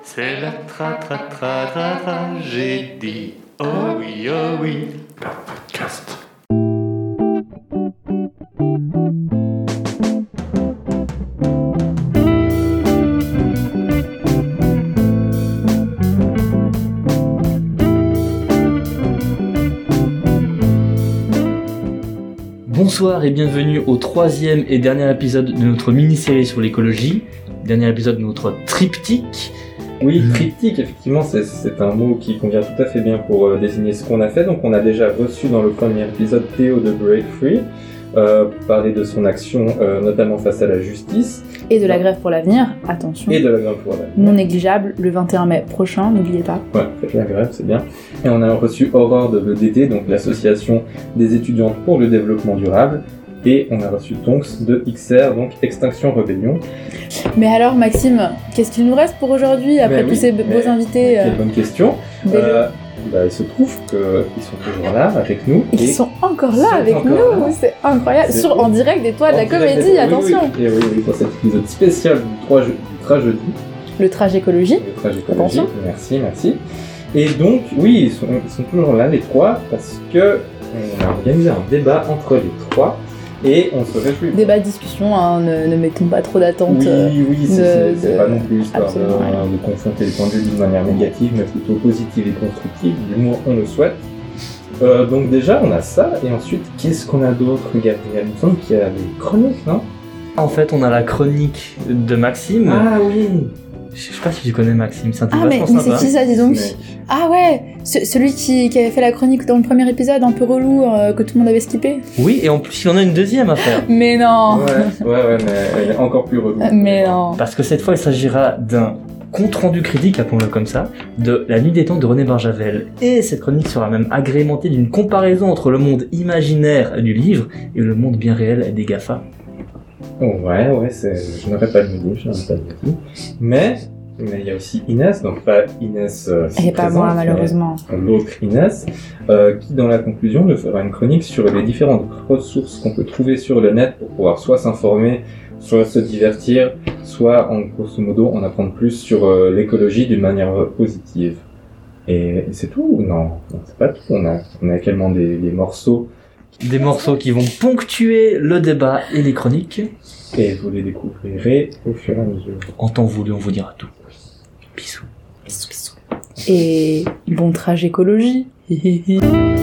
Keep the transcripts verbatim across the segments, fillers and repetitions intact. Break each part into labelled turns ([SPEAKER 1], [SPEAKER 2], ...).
[SPEAKER 1] C'est la tra tra tra tra tragédie. Oh oui, oh oui. Le podcast.
[SPEAKER 2] Bonsoir et bienvenue au troisième et dernier épisode de notre mini-série sur l'écologie, dernier épisode de notre triptyque.
[SPEAKER 3] Oui, triptyque, effectivement, c'est, c'est un mot qui convient tout à fait bien pour euh, désigner ce qu'on a fait. Donc on a déjà reçu dans le premier épisode Théo de Break Free, euh, parler de son action euh, notamment face à la justice.
[SPEAKER 4] Et de la grève pour l'avenir, attention.
[SPEAKER 3] Et de la grève pour l'avenir.
[SPEAKER 4] Non négligeable, le vingt et un mai prochain, n'oubliez pas.
[SPEAKER 3] Ouais, faites la grève, c'est bien. Et on a reçu Aurore de l'E D T, donc l'association des étudiantes pour le développement durable. Et on a reçu Tonks de X R, donc Extinction Rebellion.
[SPEAKER 4] Mais alors Maxime, qu'est-ce qu'il nous reste pour aujourd'hui après
[SPEAKER 3] mais
[SPEAKER 4] tous
[SPEAKER 3] oui,
[SPEAKER 4] ces beaux
[SPEAKER 3] mais,
[SPEAKER 4] invités
[SPEAKER 3] Quelle
[SPEAKER 4] euh...
[SPEAKER 3] bonne question. Euh, bah, il se trouve qu'ils sont toujours là avec nous.
[SPEAKER 4] Ils
[SPEAKER 3] et
[SPEAKER 4] sont encore là avec
[SPEAKER 3] encore
[SPEAKER 4] nous,
[SPEAKER 3] là.
[SPEAKER 4] c'est incroyable.
[SPEAKER 3] C'est
[SPEAKER 4] Sur, en direct des toits de la comédie,
[SPEAKER 3] oui,
[SPEAKER 4] attention.
[SPEAKER 3] Oui, oui. Et oui, oui, pour cet épisode spécial du trois jeudi.
[SPEAKER 4] Le trajet écologie.
[SPEAKER 3] Le trajet écologie, merci, merci. Et donc, oui, ils sont, ils sont toujours là les trois parce que on a organisé un débat entre les trois. Et on se réjouit.
[SPEAKER 4] Débat, discussion, hein, ne, ne mettons pas trop d'attentes.
[SPEAKER 3] Oui,
[SPEAKER 4] euh,
[SPEAKER 3] oui, c'est,
[SPEAKER 4] de,
[SPEAKER 3] c'est, c'est
[SPEAKER 4] de...
[SPEAKER 3] pas non plus histoire de,
[SPEAKER 4] Absolument.
[SPEAKER 3] de confronter les points de vue d'une manière négative, mais plutôt positive et constructive. Du moins, on le souhaite. Euh, donc déjà, on a ça. Et ensuite, qu'est-ce qu'on a d'autre, Gabriel? Il me semble qu'il y a des chroniques, non?
[SPEAKER 2] En fait, on a la chronique de Maxime.
[SPEAKER 3] Ah oui.
[SPEAKER 2] Je sais pas si tu connais Maxime, c'est un type
[SPEAKER 4] Ah mais,
[SPEAKER 2] vachement
[SPEAKER 4] mais c'est
[SPEAKER 2] sympa.
[SPEAKER 4] qui ça, dis donc?
[SPEAKER 3] Mec.
[SPEAKER 4] Ah ouais, ce, celui qui, qui avait fait la chronique dans le premier épisode, un peu relou, euh, que tout le monde avait skippé.
[SPEAKER 2] Oui, et en plus, il en a une deuxième à faire.
[SPEAKER 4] Mais non.
[SPEAKER 3] Ouais, ouais, ouais, mais elle est encore plus relou.
[SPEAKER 4] Mais non.
[SPEAKER 2] Parce que cette fois, il s'agira d'un compte-rendu critique, appelons-le comme ça, de La Nuit des Temps de René Barjavel. Et cette chronique sera même agrémentée d'une comparaison entre le monde imaginaire du livre et le monde bien réel des GAFA.
[SPEAKER 3] Oh, ouais, ouais, c'est... je n'aurais pas le dit, je n'aurais pas le dit. Mais... Mais il y a aussi Inès, donc pas Inès euh,
[SPEAKER 4] Et pas moi, malheureusement.
[SPEAKER 3] L'autre Inès, euh, qui dans la conclusion nous fera une chronique sur les différentes ressources qu'on peut trouver sur le net pour pouvoir soit s'informer, soit se divertir, soit en grosso modo en apprendre plus sur euh, l'écologie d'une manière euh, positive. Et, et c'est tout? Non, non, c'est pas tout. On a, on a également des, des morceaux.
[SPEAKER 2] Des morceaux qui vont ponctuer le débat et les chroniques.
[SPEAKER 3] Et vous les découvrirez au fur et à mesure.
[SPEAKER 2] En temps voulu, on vous dira tout. Bisous.
[SPEAKER 4] Bisous, bisous. Et bon trajet écologie. Et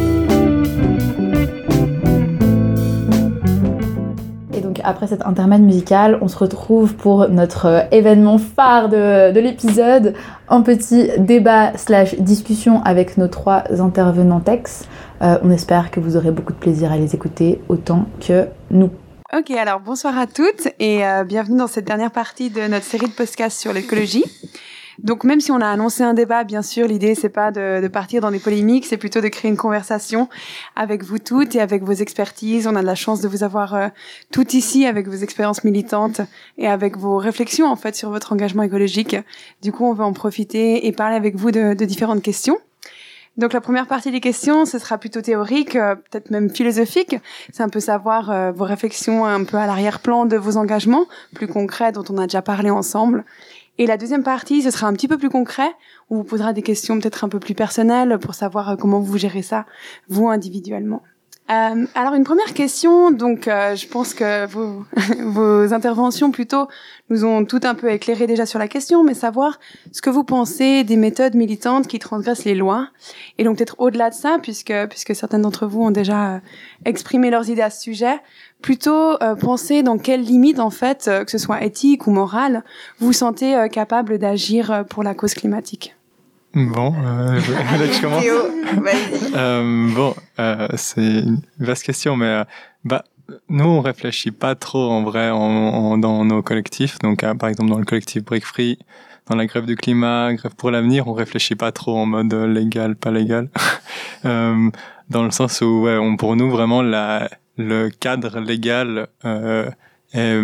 [SPEAKER 4] donc après cet intermède musical, on se retrouve pour notre événement phare de, de l'épisode, un petit débat slash discussion avec nos trois intervenants ex. Euh, on espère que vous aurez beaucoup de plaisir à les écouter autant que nous.
[SPEAKER 5] Ok, alors bonsoir à toutes et euh, bienvenue dans cette dernière partie de notre série de podcasts sur l'écologie. Donc même si on a annoncé un débat, bien sûr, l'idée c'est pas de, de partir dans des polémiques, c'est plutôt de créer une conversation avec vous toutes et avec vos expertises. On a de la chance de vous avoir euh, toutes ici avec vos expériences militantes et avec vos réflexions en fait sur votre engagement écologique. Du coup, on va en profiter et parler avec vous de, de différentes questions. Donc la première partie des questions, ce sera plutôt théorique, euh, peut-être même philosophique. C'est un peu savoir euh, vos réflexions un peu à l'arrière-plan de vos engagements, plus concrets dont on a déjà parlé ensemble. Et la deuxième partie, ce sera un petit peu plus concret, où on vous posera des questions peut-être un peu plus personnelles pour savoir euh, comment vous gérez ça, vous individuellement. Euh, alors une première question, donc euh, je pense que vos, vos interventions plutôt nous ont tout un peu éclairé déjà sur la question, mais savoir ce que vous pensez des méthodes militantes qui transgressent les lois, et donc peut-être au-delà de ça, puisque puisque certaines d'entre vous ont déjà euh, exprimé leurs idées à ce sujet, plutôt euh, penser dans quelles limites en fait, euh, que ce soit éthique ou morale, vous vous sentez euh, capable d'agir euh, pour la cause climatique.
[SPEAKER 6] Bon, euh, je, là je commence.
[SPEAKER 5] Théo, vas-y.
[SPEAKER 6] Euh, bon, euh, c'est une vaste question, mais euh, bah nous on réfléchit pas trop en vrai en, en, dans nos collectifs. Donc euh, par exemple dans le collectif Break Free, dans la grève du climat, grève pour l'avenir, on réfléchit pas trop en mode légal, pas légal. euh, dans le sens où ouais, on, pour nous vraiment la le cadre légal euh, est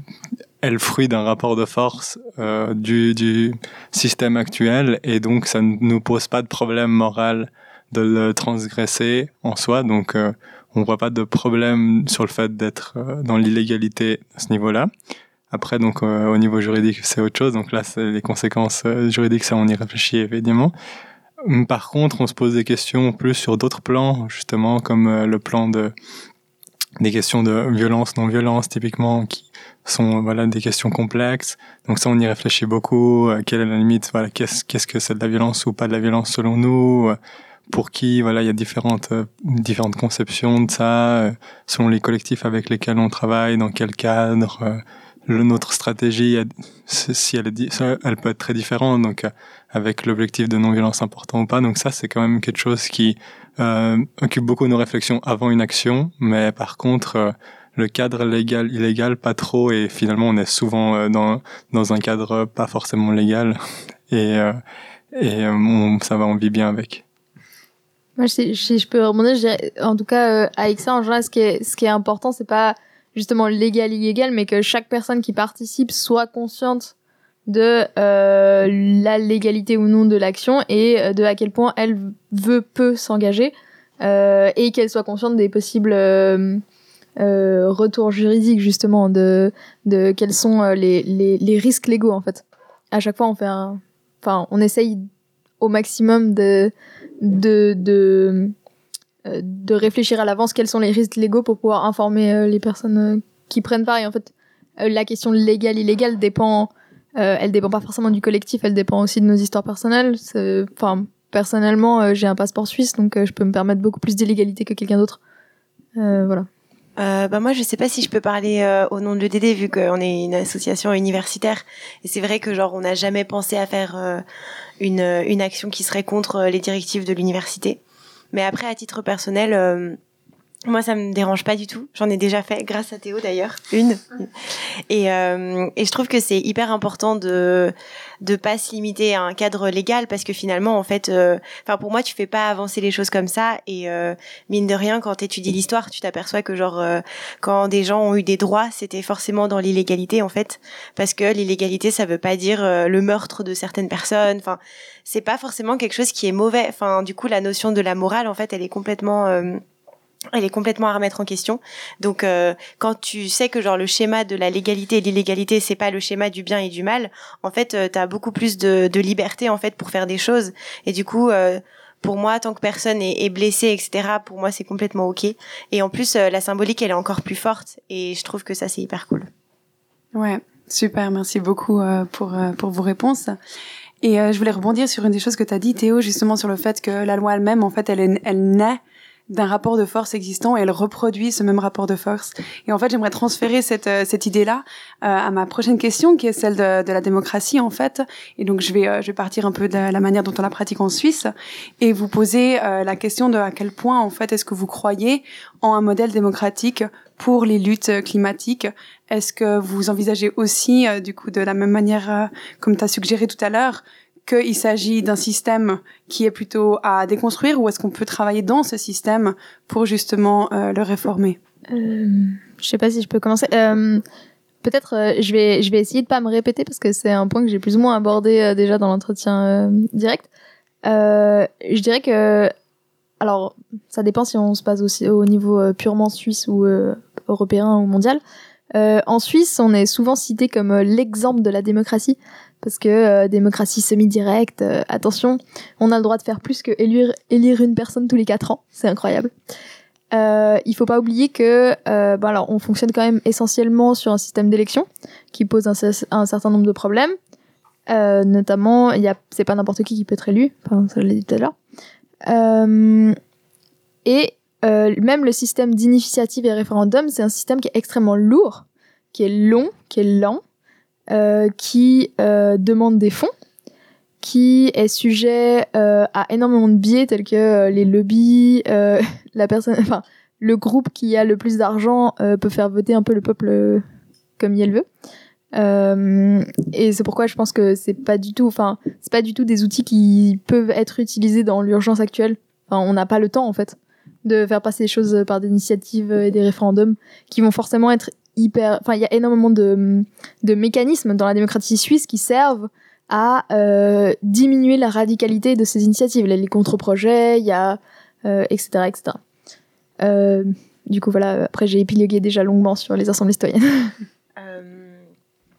[SPEAKER 6] est le fruit d'un rapport de force euh, du, du système actuel, et donc ça ne nous pose pas de problème moral de le transgresser en soi, donc euh, on voit pas de problème sur le fait d'être euh, dans l'illégalité à ce niveau-là. Après, donc, euh, au niveau juridique, c'est autre chose. Donc là, c'est les conséquences euh, juridiques, ça, on y réfléchit évidemment. Par contre, on se pose des questions plus sur d'autres plans, justement, comme euh, le plan de des questions de violence, non-violence, typiquement, qui sont voilà des questions complexes. Donc ça, on y réfléchit beaucoup. Euh, quelle est la limite? Voilà, qu'est-ce qu'est-ce que c'est de la violence ou pas de la violence selon nous? Euh, pour qui? Voilà, il y a différentes euh, différentes conceptions de ça, euh, selon les collectifs avec lesquels on travaille, dans quel cadre. Euh, le, notre stratégie, elle, si elle, est, elle peut être très différente, donc euh, avec l'objectif de non-violence important ou pas. Donc ça, c'est quand même quelque chose qui euh, occupe beaucoup nos réflexions avant une action, mais par contre, euh, le cadre légal, illégal, pas trop, et finalement, on est souvent euh, dans dans un cadre pas forcément légal, et euh, et euh, on, ça va, on vit bien avec.
[SPEAKER 7] Moi, si, si je peux rebondir, je dirais, en tout cas, euh, avec ça, en général, ce qui est, ce qui est important, c'est pas justement légal, illégal, mais que chaque personne qui participe soit consciente de euh, la légalité ou non de l'action et de à quel point elle veut, peut s'engager euh, et qu'elle soit consciente des possibles euh, euh, retours juridiques, justement, de, de quels sont les, les, les risques légaux, en fait. À chaque fois, on fait un... Enfin, on essaye au maximum de... de, de de réfléchir à l'avance quels sont les risques légaux pour pouvoir informer euh, les personnes euh, qui prennent part. Et en fait, euh, la question légale, illégale dépend, euh, elle dépend pas forcément du collectif, elle dépend aussi de nos histoires personnelles. Enfin, personnellement, euh, j'ai un passeport suisse, donc euh, je peux me permettre beaucoup plus d'illégalité que quelqu'un d'autre. Euh, voilà.
[SPEAKER 8] Euh, bah moi je sais pas si je peux parler euh, au nom de l'E D D vu qu'on est une association universitaire et c'est vrai que genre on n'a jamais pensé à faire euh, une une action qui serait contre les directives de l'université. Mais après, à titre personnel, euh, moi, ça me dérange pas du tout. J'en ai déjà fait, grâce à Théo d'ailleurs, une. Et, euh, et je trouve que c'est hyper important de de pas se limiter à un cadre légal parce que finalement, en fait, enfin euh, pour moi, tu fais pas avancer les choses comme ça. Et euh, mine de rien, quand t'étudies l'histoire, tu t'aperçois que genre euh, quand des gens ont eu des droits, c'était forcément dans l'illégalité en fait, parce que l'illégalité, ça veut pas dire euh, le meurtre de certaines personnes. Enfin, c'est pas forcément quelque chose qui est mauvais. Enfin, du coup, la notion de la morale, en fait, elle est complètement euh, elle est complètement à remettre en question. Donc euh, quand tu sais que genre le schéma de la légalité et de l'illégalité, c'est pas le schéma du bien et du mal, en fait euh, t'as beaucoup plus de, de liberté en fait pour faire des choses. Et du coup euh, pour moi, tant que personne est, est blessé, et cetera, pour moi c'est complètement ok. Et en plus euh, la symbolique elle est encore plus forte et je trouve que ça c'est hyper cool.
[SPEAKER 5] Ouais, super, merci beaucoup euh, pour euh, pour vos réponses. Et euh, je voulais rebondir sur une des choses que t'as dit, Théo, justement sur le fait que la loi elle-même, en fait, elle est, elle naît d'un rapport de force existant et elle reproduit ce même rapport de force. Et en fait, j'aimerais transférer cette euh, cette idée-là euh, à ma prochaine question, qui est celle de, de la démocratie, en fait. Et donc, je vais euh, je vais partir un peu de la, la manière dont on la pratique en Suisse et vous poser euh, la question de à quel point, en fait, est-ce que vous croyez en un modèle démocratique pour les luttes climatiques? Est-ce que vous envisagez aussi, euh, du coup, de la même manière, euh, comme tu as suggéré tout à l'heure, qu'il s'agit d'un système qui est plutôt à déconstruire ou est-ce qu'on peut travailler dans ce système pour justement euh, le réformer?
[SPEAKER 7] euh, Je sais pas si je peux commencer. Euh, peut-être euh, je vais je vais essayer de pas me répéter parce que c'est un point que j'ai plus ou moins abordé euh, déjà dans l'entretien euh, direct. Euh, je dirais que alors ça dépend si on se base aussi au niveau euh, purement suisse ou euh, européen ou mondial. Euh, en Suisse, on est souvent cité comme euh, l'exemple de la démocratie. Parce que euh, démocratie semi-directe, euh, attention, on a le droit de faire plus que élire, élire une personne tous les quatre ans, c'est incroyable. Euh, il faut pas oublier que, euh, bon alors, on fonctionne quand même essentiellement sur un système d'élection qui pose un, un certain nombre de problèmes. Euh, notamment, il y a, c'est pas n'importe qui qui peut être élu, enfin, ça je l'ai dit tout à l'heure. Euh, et euh, même le système d'initiative et référendum, c'est un système qui est extrêmement lourd, qui est long, qui est lent. Euh, qui euh, demande des fonds, qui est sujet euh, à énormément de biais tels que euh, les lobbies, euh, la personne, enfin le groupe qui a le plus d'argent euh, peut faire voter un peu le peuple euh, comme il veut. Euh, et c'est pourquoi je pense que c'est pas du tout, enfin c'est pas du tout des outils qui peuvent être utilisés dans l'urgence actuelle. Enfin, on n'a pas le temps en fait de faire passer les choses par des initiatives et des référendums qui vont forcément être hyper, enfin il y a énormément de de mécanismes dans la démocratie suisse qui servent à euh, diminuer la radicalité de ces initiatives. Là, les contre-projets, il y a euh, et cetera et cetera. Euh, du coup voilà, après j'ai épilogué déjà longuement sur les assemblées citoyennes.
[SPEAKER 8] euh,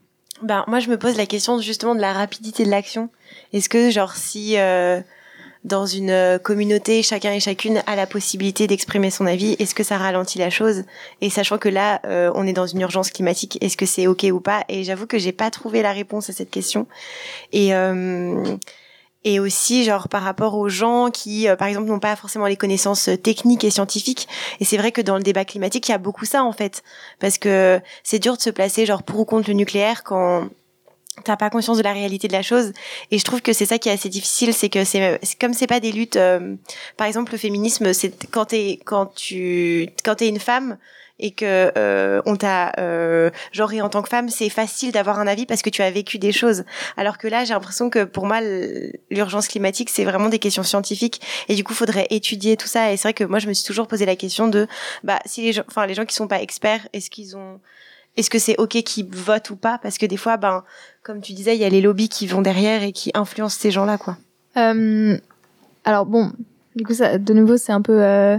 [SPEAKER 8] Ben, moi, je me pose la question justement de la rapidité de l'action. Est-ce que, genre, si euh, dans une communauté, chacun et chacune a la possibilité d'exprimer son avis, est-ce que ça ralentit la chose? Et sachant que là, euh, on est dans une urgence climatique, est-ce que c'est ok ou pas? Et j'avoue que j'ai pas trouvé la réponse à cette question. Et euh, et aussi, genre, par rapport aux gens qui, euh, par exemple, n'ont pas forcément les connaissances techniques et scientifiques. Et c'est vrai que dans le débat climatique, il y a beaucoup ça, en fait. Parce que c'est dur de se placer, genre, pour ou contre le nucléaire quand t'as pas conscience de la réalité de la chose. Et je trouve que c'est ça qui est assez difficile, c'est que c'est, c'est comme c'est pas des luttes, euh, par exemple, le féminisme, c'est quand t'es, quand tu, quand t'es une femme, et que euh, on t'a euh, genré en tant que femme, c'est facile d'avoir un avis parce que tu as vécu des choses. Alors que là, j'ai l'impression que pour moi, l'urgence climatique, c'est vraiment des questions scientifiques et du coup, faudrait étudier tout ça. Et c'est vrai que moi, je me suis toujours posé la question de, bah, si les gens, enfin, les gens qui sont pas experts, est-ce qu'ils ont, est-ce que c'est ok qu'ils votent ou pas? Parce que des fois, ben, comme tu disais, il y a les lobbies qui vont derrière et qui influencent ces gens-là, quoi.
[SPEAKER 7] Euh, alors bon, du coup, ça, de nouveau, c'est un peu euh,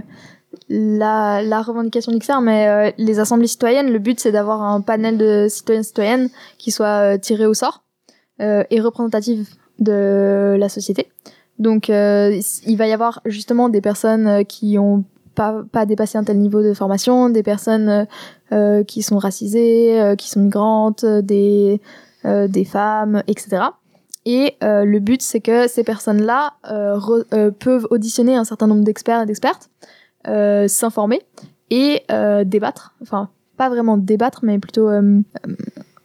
[SPEAKER 7] la, la revendication d'X R, mais euh, les assemblées citoyennes, le but c'est d'avoir un panel de citoyens citoyennes qui soit euh, tiré au sort euh, et représentatif de la société. Donc euh, il va y avoir justement des personnes qui ont pas, pas dépassé un tel niveau de formation, des personnes euh, qui sont racisées, euh, qui sont migrantes, des, euh, des femmes, et cetera. Et euh, le but c'est que ces personnes-là euh, re, euh, peuvent auditionner un certain nombre d'experts et d'expertes, Euh, s'informer et euh, débattre, enfin pas vraiment débattre mais plutôt euh, euh,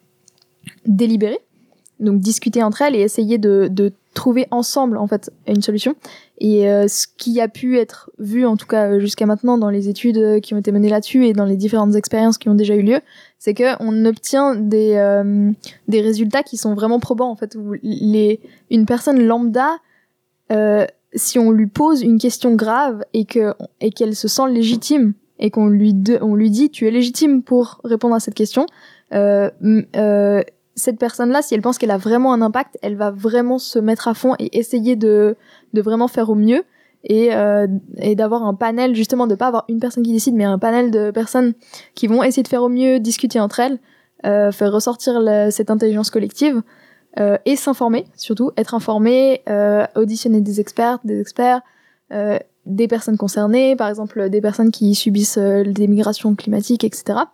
[SPEAKER 7] délibérer, donc discuter entre elles et essayer de, de trouver ensemble en fait une solution. Et euh, ce qui a pu être vu en tout cas jusqu'à maintenant dans les études qui ont été menées là-dessus et dans les différentes expériences qui ont déjà eu lieu, c'est que on obtient des euh, des résultats qui sont vraiment probants en fait, où les une personne lambda euh, si on lui pose une question grave et que et qu'elle se sent légitime et qu'on lui de, on lui dit tu es légitime pour répondre à cette question, euh, euh, cette personne-là, si elle pense qu'elle a vraiment un impact, elle va vraiment se mettre à fond et essayer de de vraiment faire au mieux et euh, et d'avoir un panel, justement, de pas avoir une personne qui décide mais un panel de personnes qui vont essayer de faire au mieux, discuter entre elles, euh, faire ressortir la, cette intelligence collective. Euh, et s'informer, surtout, être informé, euh, auditionner des experts, des experts, euh, des personnes concernées, par exemple des personnes qui subissent euh, des migrations climatiques, et cetera.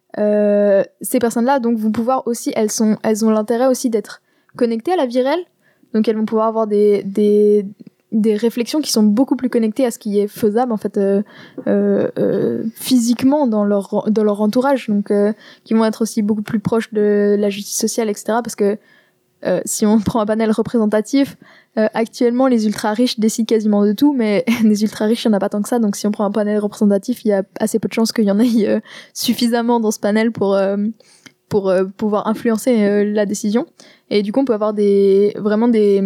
[SPEAKER 7] Euh, ces personnes-là, donc, vont pouvoir aussi, elles sont, elles ont l'intérêt aussi d'être connectées à la vie réelle, donc elles vont pouvoir avoir des, des, des réflexions qui sont beaucoup plus connectées à ce qui est faisable, en fait, euh, euh, euh, physiquement dans leur, dans leur entourage, donc, euh, qui vont être aussi beaucoup plus proches de la justice sociale, et cetera, parce que Euh, si on prend un panel représentatif, euh, actuellement les ultra riches décident quasiment de tout, mais des ultra riches il n'y en a pas tant que ça, donc si on prend un panel représentatif, il y a assez peu de chances qu'il y en ait euh, suffisamment dans ce panel pour euh, pour euh, pouvoir influencer euh, la décision. Et du coup on peut avoir des vraiment des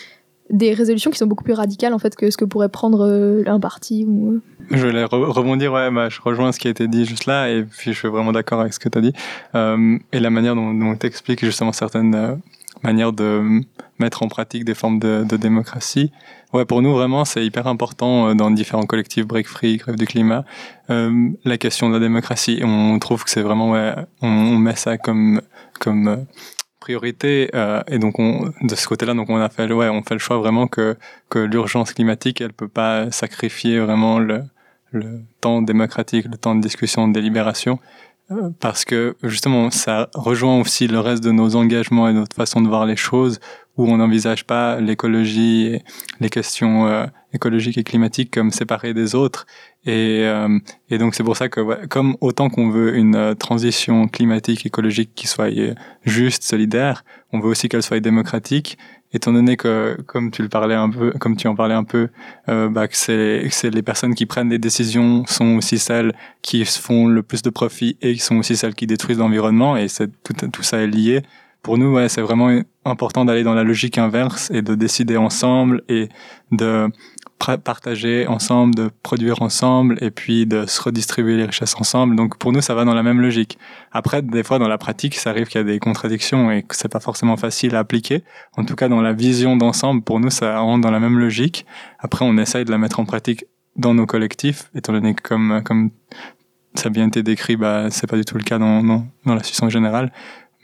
[SPEAKER 7] des résolutions qui sont beaucoup plus radicales en fait que ce que pourrait prendre euh, un parti ou euh...
[SPEAKER 6] Je voulais re- rebondir, ouais, bah, je rejoins ce qui a été dit juste là, et puis je suis vraiment d'accord avec ce que tu as dit, euh, et la manière dont, dont tu expliques justement certaines euh, manière de mettre en pratique des formes de, de démocratie. Ouais, pour nous, vraiment, c'est hyper important dans différents collectifs, Break Free, Grève du climat, euh, la question de la démocratie. On trouve que c'est vraiment, ouais, on, on met ça comme, comme priorité, euh, et donc on, de ce côté-là, donc on a fait, ouais, on fait le choix vraiment que, que l'urgence climatique, elle peut pas sacrifier vraiment le, le temps démocratique, le temps de discussion, de délibération, parce que justement ça rejoint aussi le reste de nos engagements et notre façon de voir les choses, où on n'envisage pas l'écologie et les questions euh, écologiques et climatiques comme séparées des autres, et, euh, et donc c'est pour ça que ouais, comme autant qu'on veut une euh, transition climatique écologique qui soit euh, juste, solidaire, on veut aussi qu'elle soit démocratique, étant donné que, comme tu le parlais un peu, comme tu en parlais un peu, euh, bah, que c'est, que c'est les personnes qui prennent les décisions sont aussi celles qui font le plus de profit et qui sont aussi celles qui détruisent l'environnement, et c'est, tout, tout ça est lié. Pour nous, ouais, c'est vraiment important d'aller dans la logique inverse et de décider ensemble et de partager ensemble, de produire ensemble, et puis de se redistribuer les richesses ensemble. Donc pour nous, ça va dans la même logique. Après, des fois, dans la pratique, ça arrive qu'il y a des contradictions et que c'est pas forcément facile à appliquer. En tout cas, dans la vision d'ensemble, pour nous, ça rentre dans la même logique. Après, on essaye de la mettre en pratique dans nos collectifs, étant donné que comme, comme ça a bien été décrit, bah, c'est pas du tout le cas dans, dans, dans la situation générale.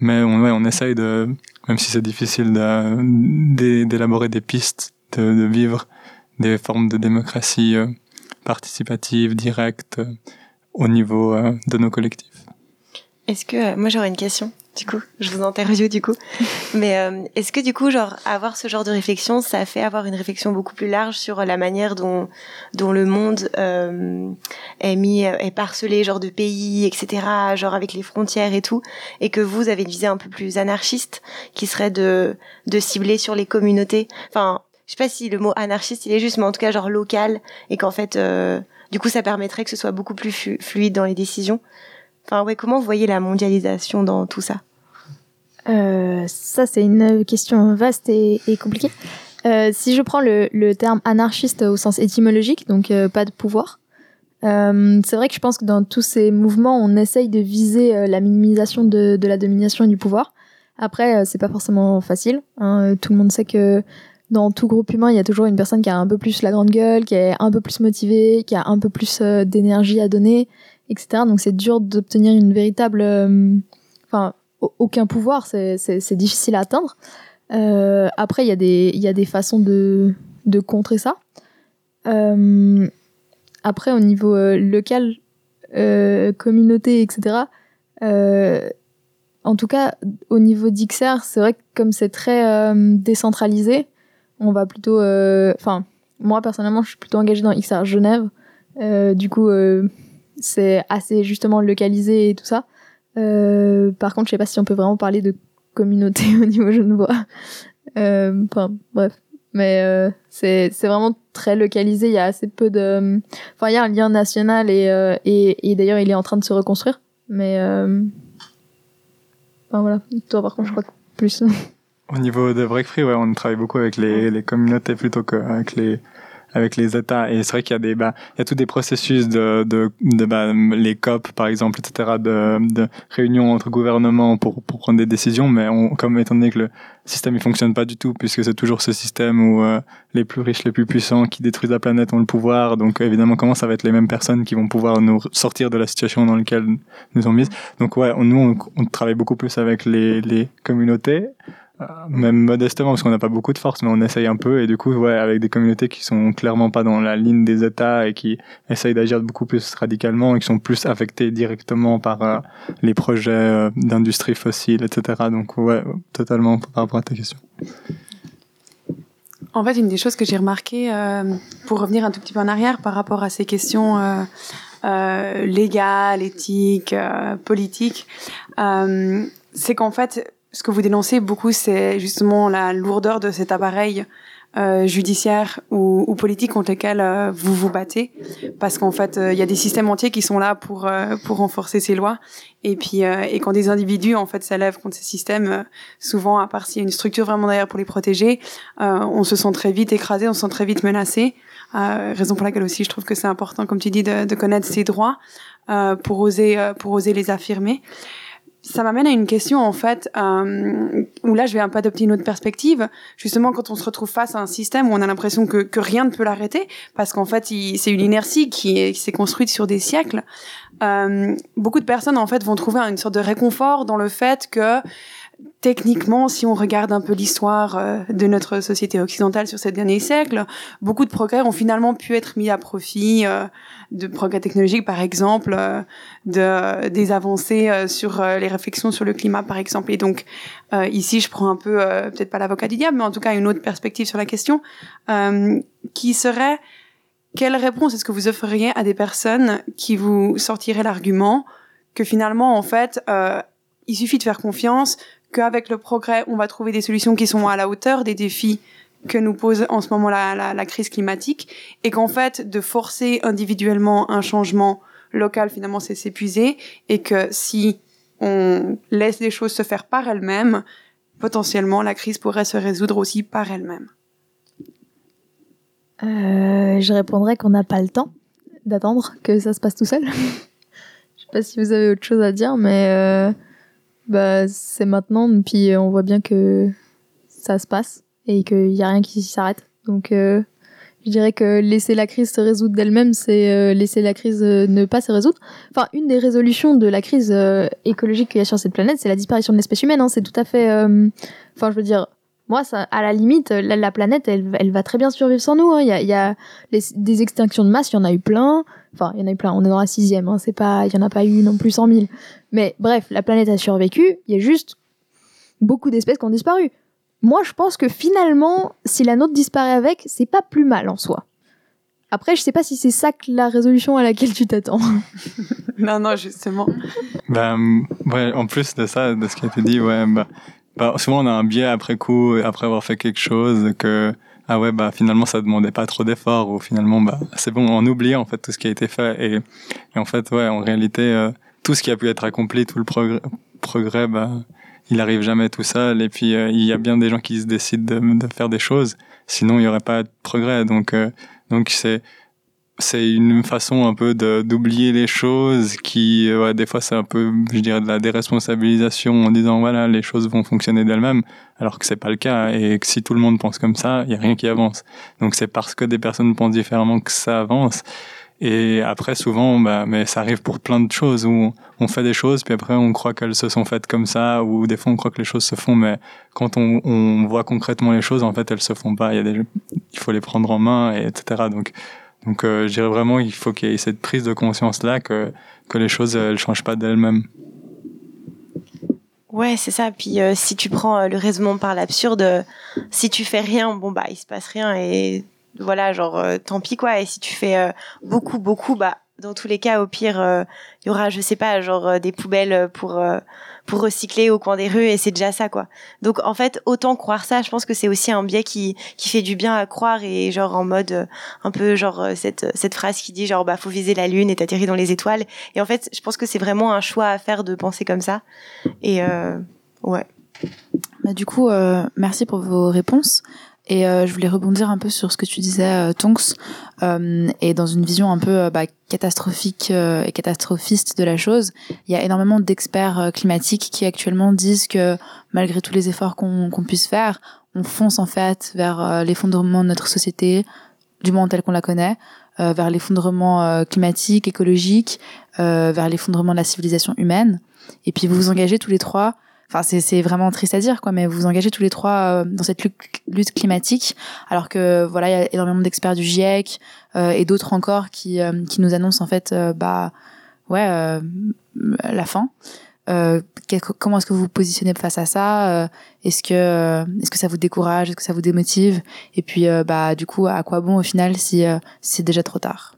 [SPEAKER 6] mais on, ouais, on essaye de, même si c'est difficile, de, d'é- d'élaborer des pistes, de, de vivre des formes de démocratie euh, participative, directe, euh, au niveau euh, de nos collectifs.
[SPEAKER 8] Est-ce que euh, moi j'aurais une question du coup, je vous interview du coup, mais euh, est-ce que du coup genre avoir ce genre de réflexion, ça fait avoir une réflexion beaucoup plus large sur la manière dont dont le monde euh, est mis est parcelé, genre de pays, et cetera, genre avec les frontières et tout, et que vous avez une visée un peu plus anarchiste qui serait de de cibler sur les communautés. Enfin, je sais pas si le mot anarchiste il est juste, mais en tout cas genre local, et qu'en fait euh, du coup ça permettrait que ce soit beaucoup plus fu- fluide dans les décisions. Enfin, ouais, comment vous voyez la mondialisation dans tout ça ?
[SPEAKER 7] Euh, ça, c'est une question vaste et, et compliquée. Euh, si je prends le, le terme anarchiste au sens étymologique, donc euh, pas de pouvoir, euh, c'est vrai que je pense que dans tous ces mouvements, on essaye de viser euh, la minimisation de, de la domination et du pouvoir. Après, euh, c'est pas forcément facile. Hein. Tout le monde sait que dans tout groupe humain, il y a toujours une personne qui a un peu plus la grande gueule, qui est un peu plus motivée, qui a un peu plus euh, d'énergie à donner, et cetera. Donc c'est dur d'obtenir une véritable... Enfin, euh, aucun pouvoir, c'est, c'est, c'est difficile à atteindre. Euh, après, il y a des, il y a des façons de, de contrer ça. Euh, après, au niveau euh, local, euh, communauté, et cetera, euh, en tout cas, au niveau d'X R, c'est vrai que comme c'est très euh, décentralisé, on va plutôt... Enfin, euh, moi, personnellement, je suis plutôt engagée dans X R Genève. Euh, du coup, euh, c'est assez justement localisé et tout ça. Euh, par contre, je sais pas si on peut vraiment parler de communauté au niveau genevois. Euh, enfin, bref. Mais euh, c'est, c'est vraiment très localisé. Il y a assez peu de... Enfin, il y a un lien national et, euh, et, et d'ailleurs, il est en train de se reconstruire. Mais... Euh... Enfin, voilà. Toi, par contre, je crois que plus...
[SPEAKER 6] Au niveau de Breakfree, ouais, on travaille beaucoup avec les, les communautés plutôt qu'avec les... avec les États. Et c'est vrai qu'il y a des, bah, il y a tous des processus de, de, de, bah, les C O P, par exemple, et cetera, de, de réunions entre gouvernements pour, pour prendre des décisions. Mais on, comme étant donné que le système, il fonctionne pas du tout, puisque c'est toujours ce système où, euh, les plus riches, les plus puissants qui détruisent la planète ont le pouvoir. Donc, évidemment, comment ça va être les mêmes personnes qui vont pouvoir nous sortir de la situation dans laquelle nous sommes mises. Donc, ouais, on, nous, on, on travaille beaucoup plus avec les, les communautés. Même modestement, parce qu'on n'a pas beaucoup de force, mais on essaye un peu, et du coup, ouais, avec des communautés qui sont clairement pas dans la ligne des États et qui essayent d'agir beaucoup plus radicalement et qui sont plus affectés directement par euh, les projets euh, d'industrie fossile, et cetera. Donc, ouais, totalement par rapport à ta question.
[SPEAKER 5] En fait, une des choses que j'ai remarqué, euh, pour revenir un tout petit peu en arrière par rapport à ces questions euh, euh, légales, éthiques, euh, politiques, euh, c'est qu'en fait, ce que vous dénoncez beaucoup, c'est justement la lourdeur de cet appareil euh, judiciaire ou, ou politique contre lequel euh, vous vous battez, parce qu'en fait, il euh, y a des systèmes entiers qui sont là pour euh, pour renforcer ces lois. Et puis, euh, et quand des individus en fait s'élèvent contre ces systèmes, euh, souvent, à part s'il y a une structure vraiment derrière pour les protéger, euh, on se sent très vite écrasé, on se sent très vite menacé. Euh, raison pour laquelle aussi, je trouve que c'est important, comme tu dis, de, de connaître ses droits euh, pour oser euh, pour oser les affirmer. Ça m'amène à une question, en fait, euh, où là, je vais un peu adopter une autre perspective. Justement, quand on se retrouve face à un système où on a l'impression que, que rien ne peut l'arrêter, parce qu'en fait, il, c'est une inertie qui, est, qui s'est construite sur des siècles. Euh, beaucoup de personnes, en fait, vont trouver une sorte de réconfort dans le fait que, techniquement, si on regarde un peu l'histoire euh, de notre société occidentale sur ces derniers siècles, beaucoup de progrès ont finalement pu être mis à profit, euh, de progrès technologiques par exemple, euh, de des avancées euh, sur euh, les réflexions sur le climat par exemple. Et donc euh, ici, je prends un peu euh, peut-être pas l'avocat du diable, mais en tout cas une autre perspective sur la question, euh, qui serait quelle réponse est-ce que vous offririez à des personnes qui vous sortiraient l'argument que finalement en fait euh, il suffit de faire confiance, qu'avec le progrès, on va trouver des solutions qui sont à la hauteur des défis que nous pose en ce moment la, la, la crise climatique, et qu'en fait, de forcer individuellement un changement local, finalement, c'est s'épuiser, et que si on laisse les choses se faire par elles-mêmes, potentiellement, la crise pourrait se résoudre aussi par elle-même.
[SPEAKER 7] Euh, je répondrais qu'on n'a pas le temps d'attendre que ça se passe tout seul. Je sais pas si vous avez autre chose à dire, mais... Euh... Bah, c'est maintenant, puis on voit bien que ça se passe et qu'il n'y a rien qui s'arrête. Donc, euh, Je dirais que laisser la crise se résoudre d'elle-même, c'est euh, laisser la crise euh, ne pas se résoudre. Enfin, une des résolutions de la crise euh, écologique qu'il y a sur cette planète, c'est la disparition de l'espèce humaine. Hein. C'est tout à fait... euh, Enfin, je veux dire, moi, ça, à la limite, la, la planète, elle, elle va très bien survivre sans nous. Hein. Il y a, il y a les, des extinctions de masse, il y en a eu plein. Enfin, il y en a eu plein. On est dans la sixième. Hein. C'est pas, il y en a pas eu non plus cent mille. Mais bref, la planète a survécu. Il y a juste beaucoup d'espèces qui ont disparu. Moi, je pense que finalement, si la nôtre disparaît avec, c'est pas plus mal en soi. Après, je sais pas si c'est ça que la résolution à laquelle tu t'attends.
[SPEAKER 5] Non, non, justement.
[SPEAKER 6] Ben, ouais, en plus de ça, de ce qui a été dit, ouais, bah, bah, souvent on a un biais après coup, après avoir fait quelque chose, que, ah ouais, bah, finalement ça demandait pas trop d'efforts, ou finalement, bah, c'est bon, on oublie en fait tout ce qui a été fait, et, et en fait, ouais, en réalité, euh, tout ce qui a pu être accompli, tout le progrès, progrès bah, il arrive jamais tout seul, et puis euh, il y a bien des gens qui se décident de, de faire des choses, sinon il y aurait pas de progrès, donc, euh, donc c'est, c'est une façon un peu de d'oublier les choses qui, ouais, des fois c'est un peu, je dirais, de la déresponsabilisation en disant voilà, les choses vont fonctionner d'elles-mêmes, alors que c'est pas le cas, et que si tout le monde pense comme ça, il y a rien qui avance. Donc c'est parce que des personnes pensent différemment que ça avance. Et après, souvent, bah, mais ça arrive pour plein de choses où on, on fait des choses, puis après on croit qu'elles se sont faites comme ça, ou des fois on croit que les choses se font, mais quand on, on voit concrètement les choses, en fait, elles se font pas. Il y a des, il faut les prendre en main, et etc. Donc Donc, euh, je dirais vraiment qu'il faut qu'il y ait cette prise de conscience-là, que, que les choses, elles changent pas d'elles-mêmes.
[SPEAKER 8] Ouais, c'est ça. Puis, euh, si tu prends euh, le raisonnement par l'absurde, euh, si tu fais rien, bon, bah, il se passe rien et voilà, genre, euh, tant pis, quoi. Et si tu fais euh, beaucoup, beaucoup, bah, dans tous les cas, au pire, il euh, y aura, je sais pas, genre, euh, des poubelles pour, euh, pour recycler au coin des rues, et c'est déjà ça, quoi. Donc, en fait, autant croire ça, je pense que c'est aussi un biais qui, qui fait du bien à croire, et genre, en mode, euh, un peu, genre, euh, cette, cette phrase qui dit, genre, bah, faut viser la lune et t'atterrir dans les étoiles. Et en fait, je pense que c'est vraiment un choix à faire de penser comme ça. Et, euh, ouais.
[SPEAKER 4] Bah, du coup, euh, merci pour vos réponses. Et euh, je voulais rebondir un peu sur ce que tu disais, euh, Tonks, euh, et dans une vision un peu euh, bah, catastrophique euh, et catastrophiste de la chose. Il y a énormément d'experts euh, climatiques qui actuellement disent que malgré tous les efforts qu'on, qu'on puisse faire, on fonce en fait vers euh, l'effondrement de notre société, du moins telle qu'on la connaît, euh, vers l'effondrement euh, climatique, écologique, euh, vers l'effondrement de la civilisation humaine. Et puis vous vous engagez tous les trois. Enfin, c'est, c'est vraiment triste à dire, quoi, mais vous vous engagez tous les trois euh, dans cette lutte, lutte climatique, alors que voilà, il y a énormément d'experts du GIEC euh, et d'autres encore qui euh, qui nous annoncent en fait, euh, bah ouais, euh, la fin. Euh, quel, comment est-ce que vous vous positionnez face à ça? euh, Est-ce que euh, est-ce que ça vous décourage? Est-ce que ça vous démotive? Et puis euh, bah du coup, à quoi bon au final si, euh, si c'est déjà trop tard?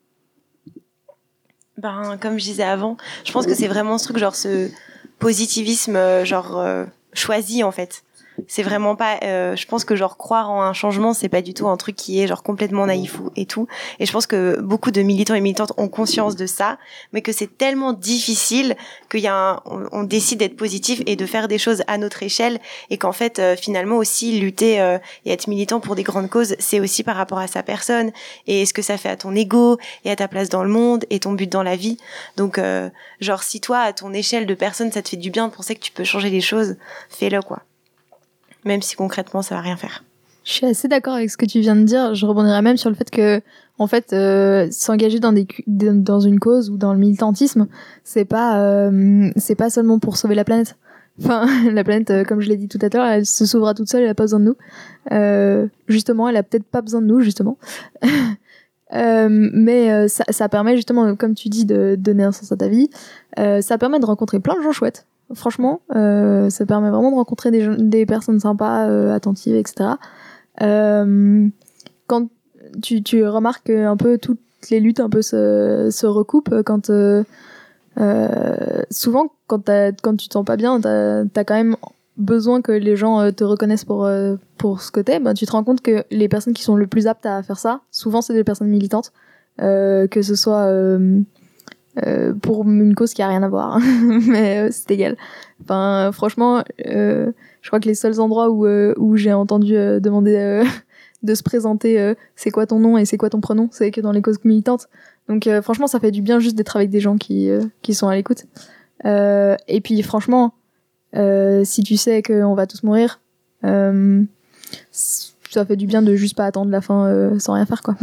[SPEAKER 8] Ben, comme je disais avant, je pense que c'est vraiment ce truc, genre ce positivisme, genre euh, choisi en fait. C'est vraiment pas, euh, je pense que genre croire en un changement, c'est pas du tout un truc qui est genre complètement naïf ou, et tout. Et je pense que beaucoup de militants et militantes ont conscience de ça, mais que c'est tellement difficile qu'il y a un, on, on décide d'être positif et de faire des choses à notre échelle, et qu'en fait euh, finalement aussi lutter euh, et être militant pour des grandes causes, c'est aussi par rapport à sa personne et ce que ça fait à ton ego et à ta place dans le monde et ton but dans la vie. Donc euh, genre si toi à ton échelle de personne ça te fait du bien de penser que tu peux changer les choses, fais-le, quoi. Même si concrètement ça va rien faire.
[SPEAKER 7] Je suis assez d'accord avec ce que tu viens de dire. Je rebondirais même sur le fait que, en fait, euh, s'engager dans des dans une cause ou dans le militantisme, c'est pas euh, c'est pas seulement pour sauver la planète. Enfin, la planète, euh, comme je l'ai dit tout à l'heure, elle se sauvera toute seule. Elle a pas besoin de nous. Euh, justement, elle a peut-être pas besoin de nous, justement. euh, mais euh, ça, ça permet justement, comme tu dis, de donner un sens à ta vie. Euh, ça permet de rencontrer plein de gens chouettes. Franchement, euh, ça permet vraiment de rencontrer des, des personnes sympas, euh, attentives, et cetera. Euh, quand tu, tu remarques un peu toutes les luttes un peu se, se recoupent, quand euh, euh, souvent quand, t'as, quand tu te sens pas bien, t'as, t'as quand même besoin que les gens te reconnaissent pour, pour ce que t'es. Ben, tu te rends compte que les personnes qui sont le plus aptes à faire ça, souvent c'est des personnes militantes, euh, que ce soit... Euh, Euh, pour une cause qui a rien à voir, mais euh, c'est égal. Enfin, franchement, euh, je crois que les seuls endroits où euh, où j'ai entendu euh, demander euh, de se présenter, euh, c'est quoi ton nom et c'est quoi ton prénom, c'est que dans les causes militantes. Donc euh, franchement, ça fait du bien juste d'être avec des gens qui euh, qui sont à l'écoute. Euh, et puis franchement, euh, si tu sais qu'on va tous mourir, euh, ça fait du bien de juste pas attendre la fin euh, sans rien faire, quoi.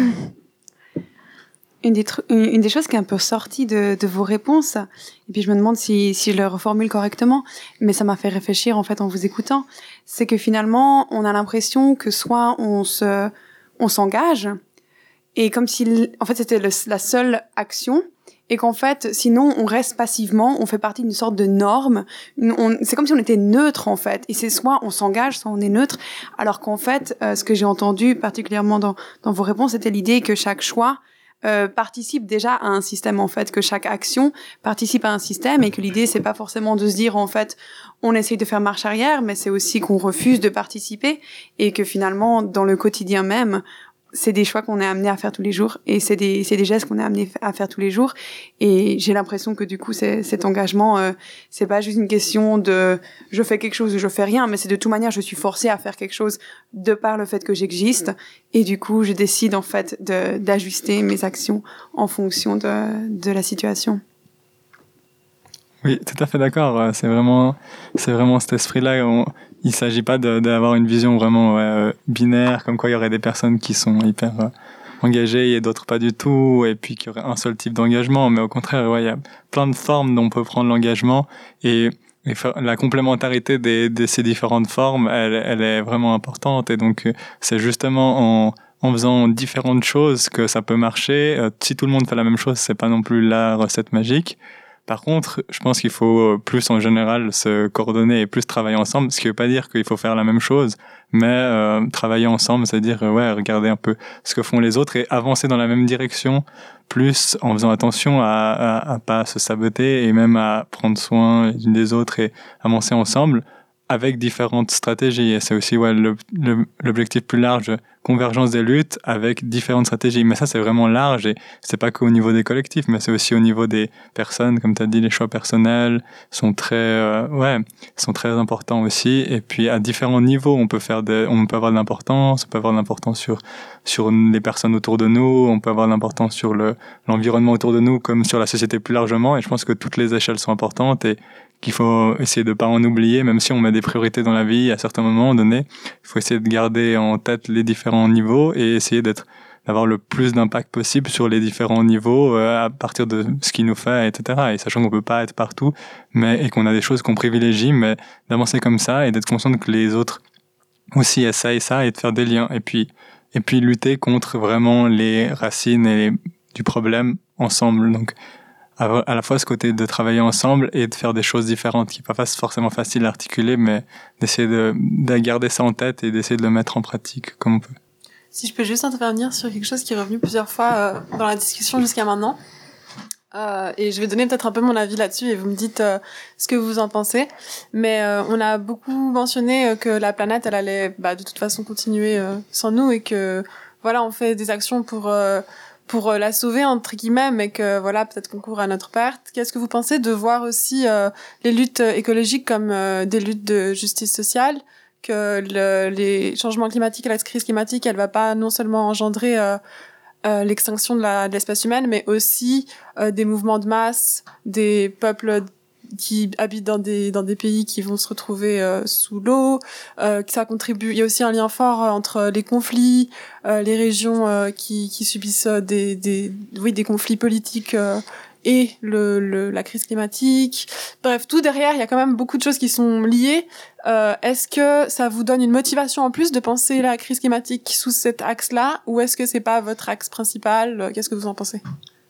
[SPEAKER 5] Une des, tru- une, une des choses qui est un peu sortie de, de vos réponses, et puis je me demande si, si je le reformule correctement, mais ça m'a fait réfléchir en fait en vous écoutant, c'est que finalement on a l'impression que soit on se, on s'engage, et comme si en fait c'était le, la seule action, et qu'en fait sinon on reste passivement, on fait partie d'une sorte de norme, une, on, c'est comme si on était neutre en fait, et c'est soit on s'engage, soit on est neutre, alors qu'en fait euh, ce que j'ai entendu particulièrement dans, dans vos réponses, c'était l'idée que chaque choix Euh, participe déjà à un système en fait, que chaque action participe à un système, et que l'idée c'est pas forcément de se dire en fait on essaye de faire marche arrière, mais c'est aussi qu'on refuse de participer, et que finalement dans le quotidien même c'est des choix qu'on est amené à faire tous les jours, et c'est des c'est des gestes qu'on est amené à faire tous les jours, et j'ai l'impression que du coup c'est, cet engagement euh, c'est pas juste une question de je fais quelque chose ou je fais rien, mais c'est de toute manière je suis forcée à faire quelque chose de par le fait que j'existe, et du coup je décide en fait de d'ajuster mes actions en fonction de de la situation.
[SPEAKER 6] Oui, tout à fait d'accord. C'est vraiment, c'est vraiment cet esprit-là. On, il s'agit pas de, d'avoir une vision vraiment ouais, binaire, comme quoi il y aurait des personnes qui sont hyper euh, engagées et d'autres pas du tout, et puis qu'il y aurait un seul type d'engagement. Mais au contraire, ouais, il y a plein de formes dont on peut prendre l'engagement, et, et la complémentarité des, de ces différentes formes, elle, elle est vraiment importante. Et donc, c'est justement en en faisant différentes choses que ça peut marcher. Euh, si tout le monde fait la même chose, c'est pas non plus la recette magique. Par contre, je pense qu'il faut plus en général se coordonner et plus travailler ensemble, ce qui veut pas dire qu'il faut faire la même chose, mais euh, travailler ensemble, c'est-à-dire ouais, regarder un peu ce que font les autres et avancer dans la même direction, plus en faisant attention à, à, à pas se saboter, et même à prendre soin d'une des autres et avancer ensemble avec différentes stratégies. Et c'est aussi ouais, le, le, l'objectif plus large, convergence des luttes avec différentes stratégies. Mais ça, c'est vraiment large, et c'est pas qu'au niveau des collectifs, mais c'est aussi au niveau des personnes. Comme tu as dit, les choix personnels sont très, euh, ouais, sont très importants aussi. Et puis, à différents niveaux, on peut faire des, on peut avoir de l'importance, on peut avoir de l'importance sur, sur les personnes autour de nous, on peut avoir de l'importance sur le, l'environnement autour de nous, comme sur la société plus largement. Et je pense que toutes les échelles sont importantes, et qu'il faut essayer de pas en oublier, même si on met des priorités dans la vie à certains moments donnés. Il faut essayer de garder en tête les différents niveaux et essayer d'être, d'avoir le plus d'impact possible sur les différents niveaux euh, à partir de ce qui nous fait, et cetera. Et sachant qu'on peut pas être partout, mais, et qu'on a des choses qu'on privilégie, mais d'avancer comme ça et d'être conscient que les autres aussi essayent ça, et de faire des liens. Et puis, et puis lutter contre vraiment les racines et les, du problème ensemble. Donc, à la fois ce côté de travailler ensemble et de faire des choses différentes, qui n'est pas forcément facile à articuler, mais d'essayer de, de garder ça en tête et d'essayer de le mettre en pratique comme on peut.
[SPEAKER 9] Si je peux juste intervenir sur quelque chose qui est revenu plusieurs fois euh, dans la discussion jusqu'à maintenant, euh, et je vais donner peut-être un peu mon avis là-dessus, et vous me dites euh, ce que vous en pensez. Mais euh, on a beaucoup mentionné euh, que la planète, elle allait bah, de toute façon continuer euh, sans nous, et que voilà, on fait des actions pour euh, pour la sauver entre guillemets, mais que voilà, peut-être qu'on court à notre perte. Qu'est-ce que vous pensez de voir aussi euh, les luttes écologiques comme euh, des luttes de justice sociale, que le, les changements climatiques et la crise climatique, elle va pas non seulement engendrer euh, euh, l'extinction de, la, de l'espèce humaine, mais aussi euh, des mouvements de masse, des peuples qui habitent dans des dans des pays qui vont se retrouver euh, sous l'eau, euh, que ça contribue. Il y a aussi un lien fort euh, entre les conflits, euh, les régions euh, qui qui subissent euh, des des oui des conflits politiques euh, et le, le la crise climatique. Bref, tout derrière, il y a quand même beaucoup de choses qui sont liées. Euh, est-ce que ça vous donne une motivation en plus de penser la crise climatique sous cet axe-là, ou est-ce que c'est pas votre axe principal? Qu'est-ce que vous en pensez?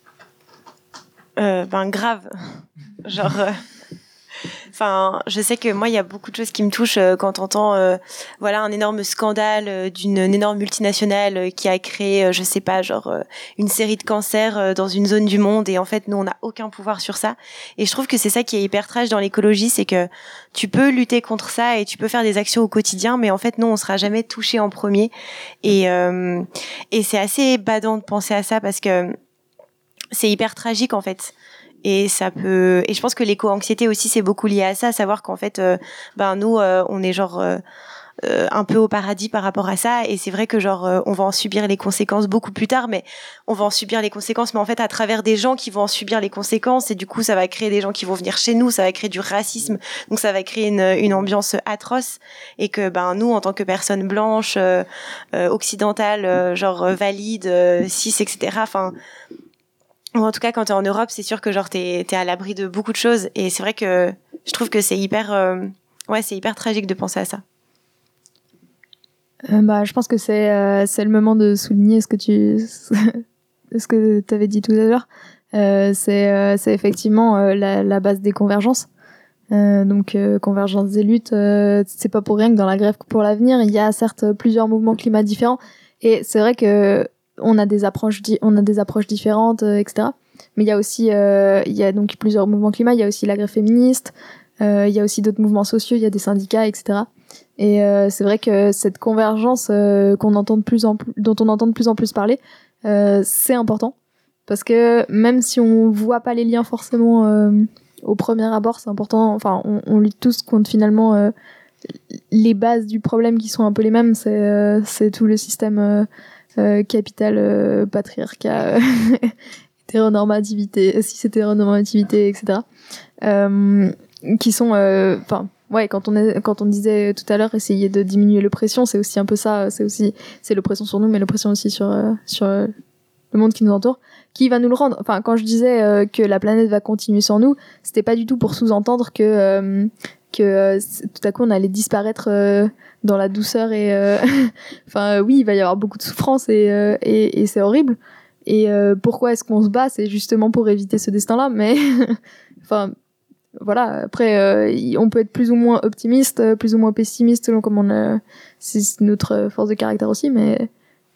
[SPEAKER 8] Euh, ben grave, genre, enfin, euh, je sais que moi il y a beaucoup de choses qui me touchent euh, quand t'entends, euh, voilà, un énorme scandale euh, d'une énorme multinationale euh, qui a créé, euh, je sais pas, genre euh, une série de cancers euh, dans une zone du monde, et en fait nous on n'a aucun pouvoir sur ça. Et je trouve que c'est ça qui est hyper trash dans l'écologie, c'est que tu peux lutter contre ça et tu peux faire des actions au quotidien, mais en fait nous on sera jamais touché en premier. Et euh, et c'est assez badant de penser à ça, parce que c'est hyper tragique en fait, et ça peut, et je pense que l'éco-anxiété aussi c'est beaucoup lié à ça, à savoir qu'en fait euh, ben nous euh, on est genre euh, euh, un peu au paradis par rapport à ça. Et c'est vrai que genre euh, on va en subir les conséquences beaucoup plus tard, mais on va en subir les conséquences, mais en fait à travers des gens qui vont en subir les conséquences. Et du coup, ça va créer des gens qui vont venir chez nous, ça va créer du racisme, donc ça va créer une, une ambiance atroce. Et que ben nous, en tant que personnes blanches, euh, euh, occidentales, euh, genre euh, valides, euh, cis, et cetera. Enfin. En tout cas, quand t'es en Europe, c'est sûr que genre t'es t'es à l'abri de beaucoup de choses, et c'est vrai que je trouve que c'est hyper, euh, ouais, c'est hyper tragique de penser à ça.
[SPEAKER 7] Euh, bah, je pense que c'est euh, c'est le moment de souligner ce que tu ce que t'avais dit tout à l'heure. Euh, c'est euh, c'est effectivement euh, la, la base des convergences. Euh, donc euh, convergence des luttes, euh, c'est pas pour rien que dans la grève pour l'avenir, il y a certes plusieurs mouvements climat différents, et c'est vrai que on a des approches di- on a des approches différentes, euh, et cetera. Mais il y a aussi euh, il y a donc plusieurs mouvements climat, il y a aussi la grève féministe, euh, il y a aussi d'autres mouvements sociaux, il y a des syndicats, et cetera. Et euh, c'est vrai que cette convergence euh, qu'on entend de plus en plus, dont on entend de plus en plus parler, euh, c'est important, parce que même si on voit pas les liens forcément euh, au premier abord, c'est important. Enfin, on, on lutte tous contre finalement euh, les bases du problème qui sont un peu les mêmes. C'est euh, c'est tout le système euh, euh, capital, euh, patriarcat, euh, hétéronormativité, cis-hétéronormativité, et cetera. Euh, qui sont, enfin, euh, ouais, quand on est, quand on disait tout à l'heure, essayer de diminuer l'oppression, c'est aussi un peu ça. C'est aussi, c'est l'oppression sur nous, mais l'oppression aussi sur euh, sur euh, le monde qui nous entoure, qui va nous le rendre. Enfin, quand je disais euh, que la planète va continuer sans nous, c'était pas du tout pour sous-entendre que euh, que euh, tout à coup on allait disparaître euh, dans la douceur et euh, enfin euh, oui, il va y avoir beaucoup de souffrance et euh, et, et c'est horrible. Et euh, pourquoi est-ce qu'on se bat? C'est justement pour éviter ce destin-là. Mais enfin voilà. Après, euh, on peut être plus ou moins optimiste, plus ou moins pessimiste selon comment on a, c'est notre force de caractère aussi. Mais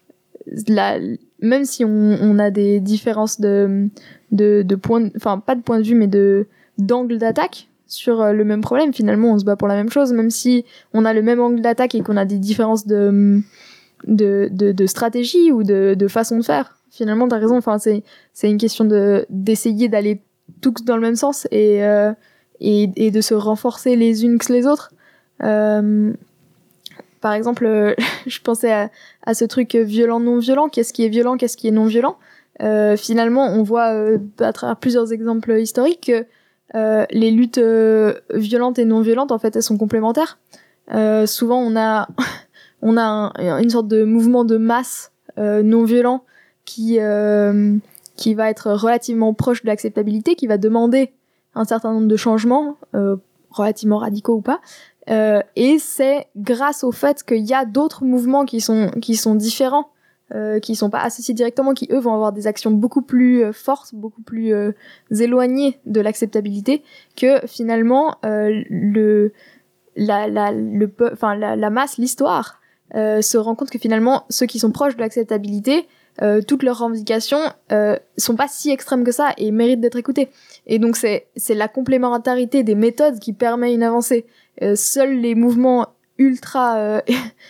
[SPEAKER 7] la, même si on, on a des différences de de, de points, enfin pas de point de vue, mais de d'angle d'attaque sur le même problème, finalement on se bat pour la même chose, même si on a le même angle d'attaque et qu'on a des différences de de de, de stratégie ou de de façon de faire. Finalement, t'as raison. Enfin, c'est c'est une question de d'essayer d'aller tous dans le même sens et euh, et et de se renforcer les unes que les autres. Euh, par exemple, euh, je pensais à à ce truc violent non violent. Qu'est-ce qui est violent, qu'est-ce qui est non violent? Euh, finalement, on voit euh, à travers plusieurs exemples historiques que euh, les luttes euh, violentes et non violentes, en fait, elles sont complémentaires. Euh, souvent, on a on a un, une sorte de mouvement de masse euh, non violent qui euh, qui va être relativement proche de l'acceptabilité, qui va demander un certain nombre de changements, euh, relativement radicaux ou pas. Euh, et c'est grâce au fait qu'il y a d'autres mouvements qui sont qui sont différents, euh, qui sont pas associés directement, qui eux vont avoir des actions beaucoup plus euh, fortes, beaucoup plus euh, éloignées de l'acceptabilité, que finalement euh, le la la le enfin la, la masse, l'histoire euh, se rend compte que finalement ceux qui sont proches de l'acceptabilité, Euh, toutes leurs revendications euh, sont pas si extrêmes que ça et méritent d'être écoutées. Et donc c'est c'est la complémentarité des méthodes qui permet une avancée. Euh, seuls les mouvements ultra euh,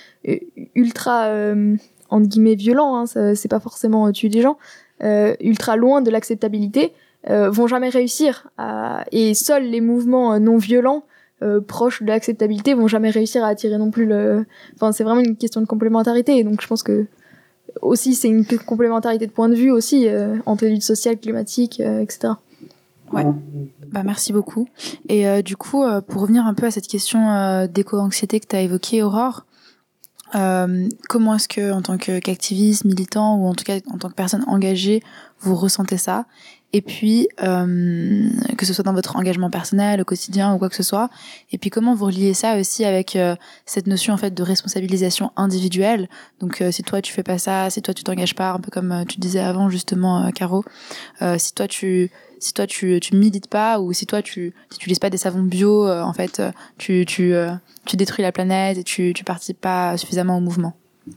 [SPEAKER 7] ultra euh, entre guillemets violents, hein, ça, c'est pas forcément tuer des gens, euh, ultra loin de l'acceptabilité, euh, vont jamais réussir. À... Et seuls les mouvements non violents euh, proches de l'acceptabilité vont jamais réussir à attirer non plus le. Enfin, c'est vraiment une question de complémentarité. Et donc je pense que aussi c'est une complémentarité de point de vue aussi euh, entre les luttes sociales, climatiques, euh, et cetera.
[SPEAKER 4] Ouais. Bah merci beaucoup. Et euh, du coup, euh, pour revenir un peu à cette question euh, d'éco-anxiété que tu as évoquée, Aurore, euh, comment est-ce que, en tant qu'activiste, militant, ou en tout cas en tant que personne engagée, vous ressentez ça? Et puis, euh, que ce soit dans votre engagement personnel, au quotidien, ou quoi que ce soit. Et puis, comment vous reliez ça aussi avec euh, cette notion, en fait, de responsabilisation individuelle. Donc, euh, si toi, tu fais pas ça, si toi, tu t'engages pas, un peu comme euh, tu disais avant, justement, euh, Caro, euh, si toi, tu, si toi, tu, tu milites pas, ou si toi, tu, tu utilises pas des savons bio, euh, en fait, euh, tu, tu, euh, tu détruis la planète et tu, tu participes pas suffisamment au mouvement.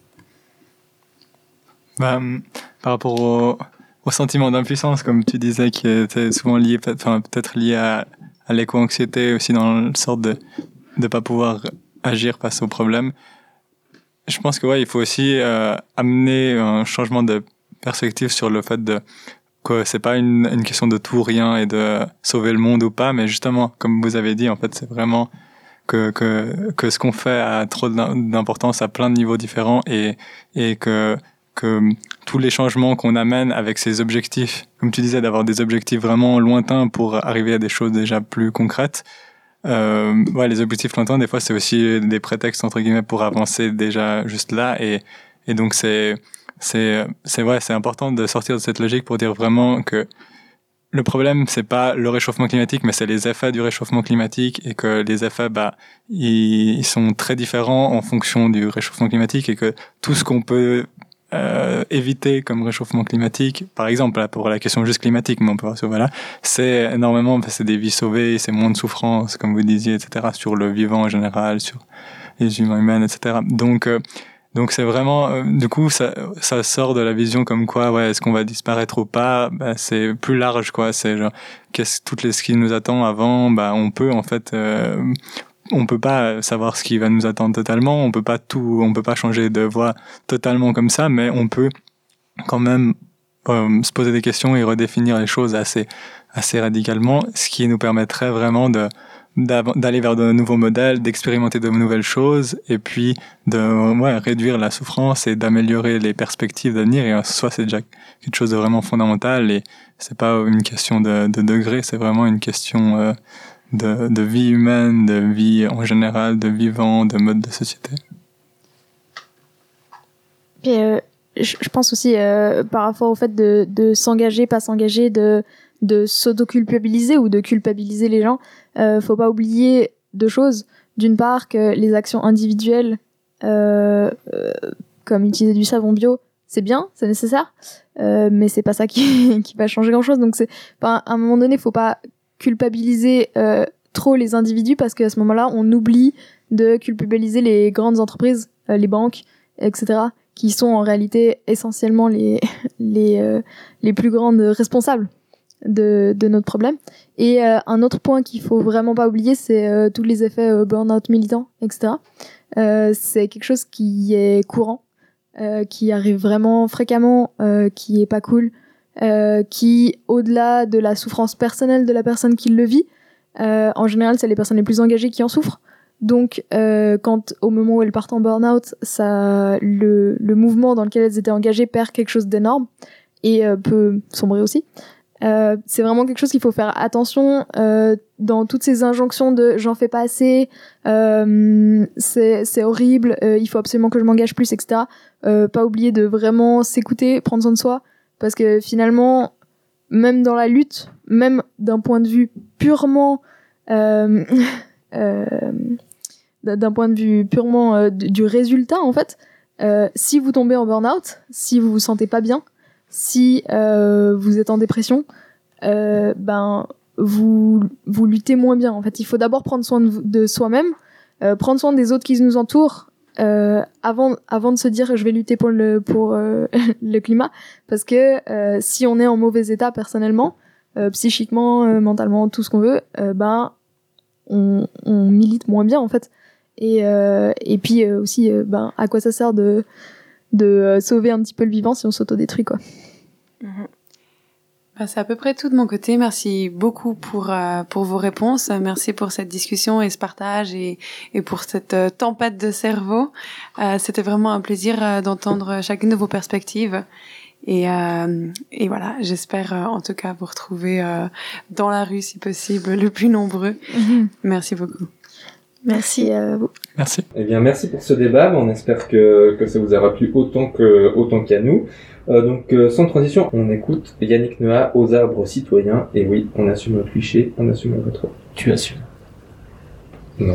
[SPEAKER 6] Bah, par rapport au, au sentiment d'impuissance, comme tu disais, qui était souvent lié, enfin, peut-être lié à, à l'éco-anxiété, aussi dans le sort de ne pas pouvoir agir face aux problèmes. Je pense que ouais, il faut aussi euh, amener un changement de perspective sur le fait de que c'est pas une, une question de tout ou rien et de sauver le monde ou pas, mais justement, comme vous avez dit, en fait, c'est vraiment que que que ce qu'on fait a trop d'importance à plein de niveaux différents et et que que tous les changements qu'on amène avec ces objectifs, comme tu disais, d'avoir des objectifs vraiment lointains pour arriver à des choses déjà plus concrètes. Euh, ouais, les objectifs lointains, des fois, c'est aussi des prétextes entre guillemets pour avancer déjà juste là, et et donc c'est c'est c'est ouais, c'est important de sortir de cette logique pour dire vraiment que le problème, c'est pas le réchauffement climatique, mais c'est les effets du réchauffement climatique, et que les effets, bah, ils, ils sont très différents en fonction du réchauffement climatique, et que tout ce qu'on peut euh, éviter comme réchauffement climatique, par exemple, là, pour la question juste climatique, mais on peut voir sur, voilà, c'est énormément, c'est des vies sauvées, c'est moins de souffrance, comme vous disiez, et cetera, sur le vivant en général, sur les humains humains, et cetera. Donc, euh, Donc c'est vraiment, euh, du coup, ça, ça sort de la vision comme quoi, ouais, est-ce qu'on va disparaître ou pas, bah, c'est plus large, quoi. C'est genre, qu'est-ce, toutes les, ce qui nous attend avant, bah, on peut, en fait, euh, on peut pas savoir ce qui va nous attendre totalement, on peut pas tout, on peut pas changer de voie totalement comme ça, mais on peut quand même euh, se poser des questions et redéfinir les choses assez, assez radicalement, ce qui nous permettrait vraiment de, d'aller vers de nouveaux modèles, d'expérimenter de nouvelles choses, et puis de ouais, réduire la souffrance et d'améliorer les perspectives d'avenir. Et en soi, c'est déjà quelque chose de vraiment fondamental, et c'est pas une question de, de degré, c'est vraiment une question euh, de, de vie humaine, de vie en général, de vivant, de mode de société.
[SPEAKER 7] Puis, euh, je, je pense aussi euh, par rapport au fait de, de s'engager, pas s'engager, de de s'auto-culpabiliser ou de culpabiliser les gens, euh, faut pas oublier deux choses. D'une part, que les actions individuelles, euh, euh, comme utiliser du savon bio, c'est bien, c'est nécessaire, euh, mais c'est pas ça qui, qui va changer grand-chose. Donc, c'est, à un moment donné, faut pas culpabiliser euh, trop les individus, parce qu'à ce moment-là, on oublie de culpabiliser les grandes entreprises, euh, les banques, et cetera, qui sont en réalité essentiellement les, les, euh, les plus grandes responsables de, de notre problème. Et euh, un autre point qu'il faut vraiment pas oublier, c'est euh, tous les effets euh, burn-out militants, et cetera. Euh, c'est quelque chose qui est courant, euh, qui arrive vraiment fréquemment, euh, qui est pas cool, euh, qui, au-delà de la souffrance personnelle de la personne qui le vit, euh, en général, c'est les personnes les plus engagées qui en souffrent. Donc, euh, quand au moment où elles partent en burn-out, ça, le, le mouvement dans lequel elles étaient engagées perd quelque chose d'énorme et euh, peut sombrer aussi. Euh, c'est vraiment quelque chose qu'il faut faire attention euh, dans toutes ces injonctions de j'en fais pas assez, euh, c'est, c'est horrible, euh, il faut absolument que je m'engage plus, et cetera. Euh, pas oublier de vraiment s'écouter, prendre soin de soi, parce que finalement, même dans la lutte, même d'un point de vue purement euh, euh, d'un point de vue purement euh, du résultat, en fait, euh, si vous tombez en burn-out, si vous vous sentez pas bien, si euh, vous êtes en dépression, euh, ben vous vous luttez moins bien. En fait, il faut d'abord prendre soin de, de soi-même, euh, prendre soin des autres qui nous entourent, euh, avant avant de se dire je vais lutter pour le pour euh, le climat, parce que euh, si on est en mauvais état personnellement, euh, psychiquement, euh, mentalement, tout ce qu'on veut, euh, ben on, on milite moins bien en fait. Et euh, et puis euh, aussi, euh, ben à quoi ça sert de de euh, sauver un petit peu le vivant si on s'autodétruit, quoi.
[SPEAKER 5] Mmh. Bah, c'est à peu près tout de mon côté. Merci beaucoup pour euh, pour vos réponses. Merci pour cette discussion et ce partage, et et pour cette euh, tempête de cerveau. Euh, c'était vraiment un plaisir euh, d'entendre chacune de vos perspectives. Et euh, et voilà, j'espère euh, en tout cas vous retrouver euh, dans la rue si possible, le plus nombreux. Mmh. Merci beaucoup.
[SPEAKER 7] Merci à vous.
[SPEAKER 6] Merci.
[SPEAKER 3] Eh bien, merci pour ce débat. On espère que, que ça vous aura plu autant que, autant qu'à nous. Euh, donc, euh, sans transition, on écoute Yannick Noah, Aux arbres citoyens. Et oui, on assume le cliché, on assume le rétro.
[SPEAKER 2] Tu assumes.
[SPEAKER 3] Non.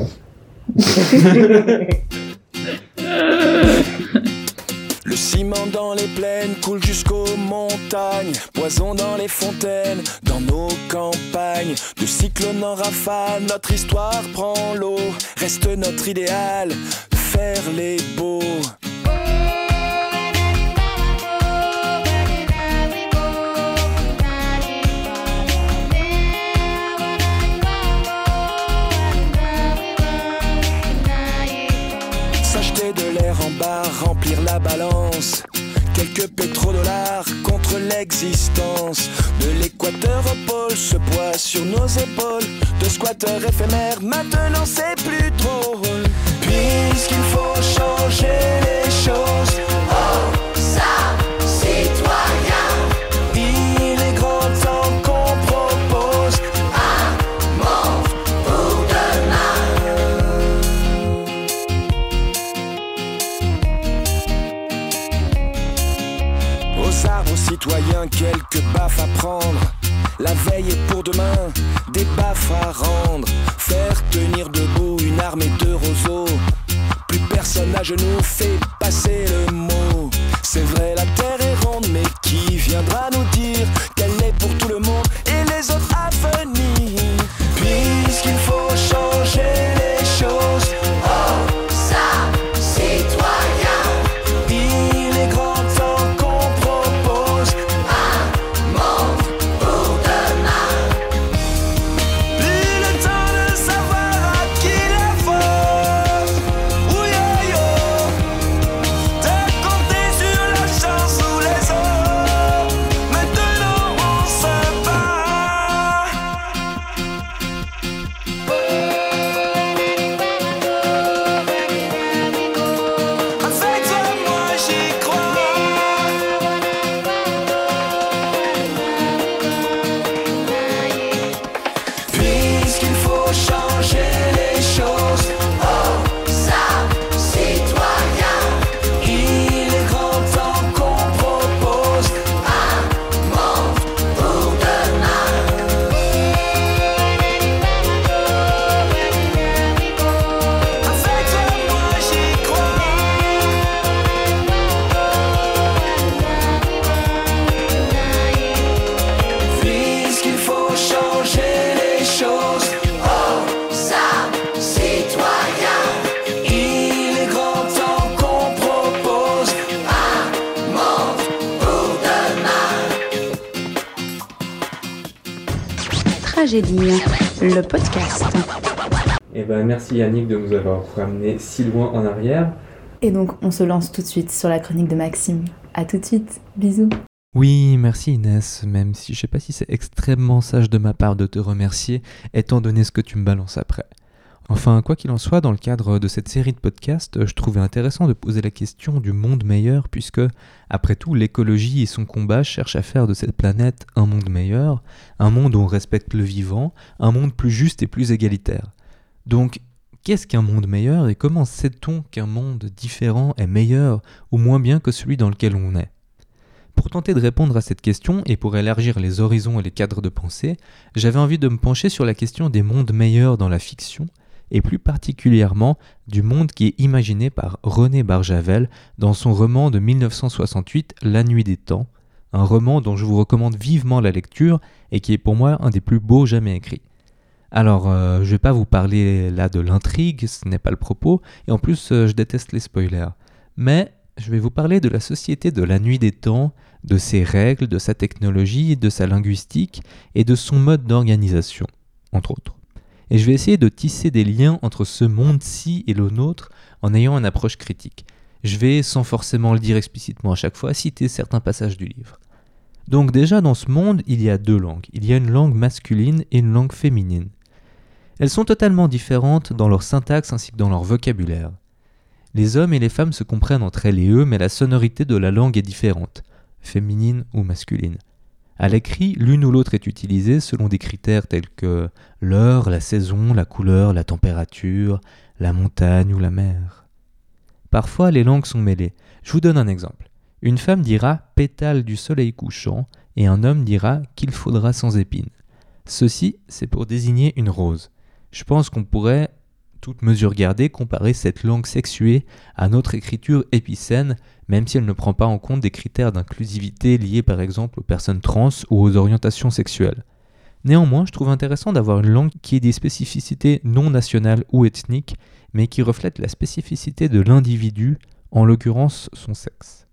[SPEAKER 10] Le ciment dans les plaines coule jusqu'aux montagnes, poison dans les fontaines, dans nos campagnes. De cyclone en rafale, notre histoire prend l'eau. Reste notre idéal, faire les beaux. S'acheter de l'air en bar, remplir la balance. quelques pétrodollars contre l'existence. De l'équateur au pôle, ce poids sur nos épaules, de squatteurs éphémères, maintenant c'est plus drôle. Puisqu'il faut changer les choses, oh ça, citoyen, il est grand temps qu'on propose un monde pour demain. Aux arbres, aux citoyens, quelques baffes à prendre. La veille est pour demain, des baffes à rendre. Faire tenir debout une armée de roseaux. Plus personne à genoux fait passer le mot. C'est vrai, la terre est ronde, mais qui viendra nous dire qu'elle est pour tout le monde et les autres à venir? Puisqu'il faut changer les choses, oh ça, citoyen, il est grand temps qu'on propose un monde pour demain. Plus le temps de savoir à qui la faute, oui yo yo, de compter sur la chance ou les autres. Maintenant on se bat. Avec toi moi j'y crois. Puisqu'il faut changer les choses, oh ça, citoyen, il est grand temps qu'on propose un monde pour demain. Avec toi moi j'y crois. Puisqu'il faut changer les choses, oh ça, citoyen, il est grand temps qu'on propose un monde pour demain.
[SPEAKER 11] Tragédie, le podcast.
[SPEAKER 3] Et ben merci Yannick de nous avoir ramené si loin en arrière.
[SPEAKER 4] Et donc, on se lance tout de suite sur la chronique de Maxime. À tout de suite, bisous.
[SPEAKER 12] Oui, merci Inès, même si je sais pas si c'est extrêmement sage de ma part de te remercier, étant donné ce que tu me balances après. Enfin, quoi qu'il en soit, dans le cadre de cette série de podcasts, je trouvais intéressant de poser la question du monde meilleur, puisque, après tout, l'écologie et son combat cherchent à faire de cette planète un monde meilleur, un monde où on respecte le vivant, un monde plus juste et plus égalitaire. Donc, qu'est-ce qu'un monde meilleur et comment sait-on qu'un monde différent est meilleur ou moins bien que celui dans lequel on est ? Pour tenter de répondre à cette question et pour élargir les horizons et les cadres de pensée, j'avais envie de me pencher sur la question des mondes meilleurs dans la fiction, et plus particulièrement du monde qui est imaginé par René Barjavel dans son roman de mille neuf cent soixante-huit, La Nuit des Temps, un roman dont je vous recommande vivement la lecture et qui est pour moi un des plus beaux jamais écrits. Alors, euh, je ne vais pas vous parler là de l'intrigue, ce n'est pas le propos, et en plus euh, je déteste les spoilers, mais je vais vous parler de la société de la Nuit des Temps, de ses règles, de sa technologie, de sa linguistique et de son mode d'organisation, entre autres. Et je vais essayer de tisser des liens entre ce monde-ci et le nôtre en ayant une approche critique. Je vais, sans forcément le dire explicitement à chaque fois, citer certains passages du livre. Donc déjà dans ce monde, il y a deux langues. Il y a une langue masculine et une langue féminine. Elles sont totalement différentes dans leur syntaxe ainsi que dans leur vocabulaire. Les hommes et les femmes se comprennent entre elles et eux, mais la sonorité de la langue est différente, féminine ou masculine. À l'écrit, l'une ou l'autre est utilisée selon des critères tels que l'heure, la saison, la couleur, la température, la montagne ou la mer. Parfois, les langues sont mêlées. Je vous donne un exemple. Une femme dira « pétale du soleil couchant » et un homme dira « qu'il faudra sans épines ». Ceci, c'est pour désigner une rose. Je pense qu'on pourrait, toute mesure gardée, comparer cette langue sexuée à notre écriture épicène, même si elle ne prend pas en compte des critères d'inclusivité liés par exemple aux personnes trans ou aux orientations sexuelles. Néanmoins, je trouve intéressant d'avoir une langue qui ait des spécificités non nationales ou ethniques, mais qui reflète la spécificité de l'individu, en l'occurrence son sexe.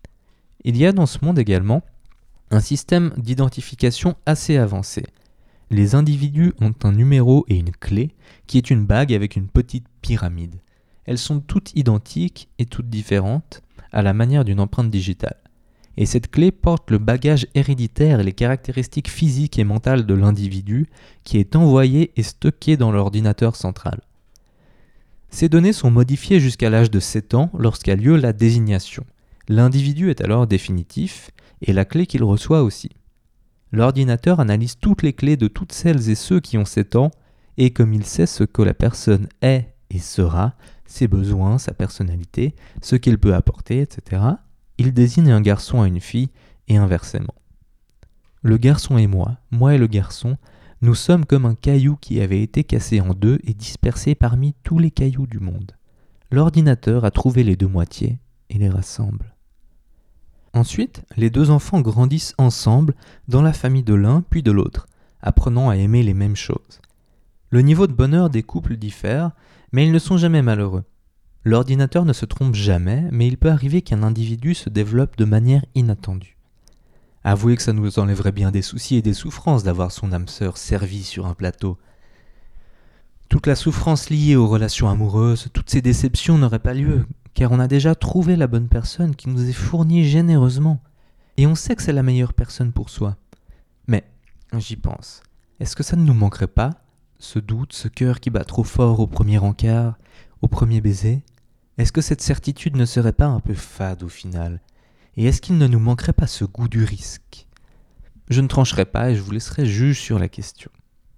[SPEAKER 12] Il y a dans ce monde également un système d'identification assez avancé. Les individus ont un numéro et une clé qui est une bague avec une petite pyramide. Elles sont toutes identiques et toutes différentes, à la manière d'une empreinte digitale. Et cette clé porte le bagage héréditaire et les caractéristiques physiques et mentales de l'individu qui est envoyé et stocké dans l'ordinateur central. Ces données sont modifiées jusqu'à l'âge de sept ans lorsqu'a lieu la désignation. L'individu est alors définitif et la clé qu'il reçoit aussi. L'ordinateur analyse toutes les clés de toutes celles et ceux qui ont sept ans et comme il sait ce que la personne est et sera, ses besoins, sa personnalité, ce qu'il peut apporter, et cetera, il désigne un garçon à une fille et inversement. Le garçon et moi, moi et le garçon, nous sommes comme un caillou qui avait été cassé en deux et dispersé parmi tous les cailloux du monde. L'ordinateur a trouvé les deux moitiés et les rassemble. Ensuite, les deux enfants grandissent ensemble dans la famille de l'un puis de l'autre, apprenant à aimer les mêmes choses. Le niveau de bonheur des couples diffère, mais ils ne sont jamais malheureux. L'ordinateur ne se trompe jamais, mais il peut arriver qu'un individu se développe de manière inattendue. Avouez que ça nous enlèverait bien des soucis et des souffrances d'avoir son âme sœur servie sur un plateau. Toute la souffrance liée aux relations amoureuses, toutes ces déceptions n'auraient pas lieu, car on a déjà trouvé la bonne personne qui nous est fournie généreusement, et on sait que c'est la meilleure personne pour soi. Mais, j'y pense, est-ce que ça ne nous manquerait pas, ce doute, ce cœur qui bat trop fort au premier encart, au premier baiser? Est-ce que cette certitude ne serait pas un peu fade au final? Et est-ce qu'il ne nous manquerait pas ce goût du risque? Je ne trancherai pas et je vous laisserai juge sur la question.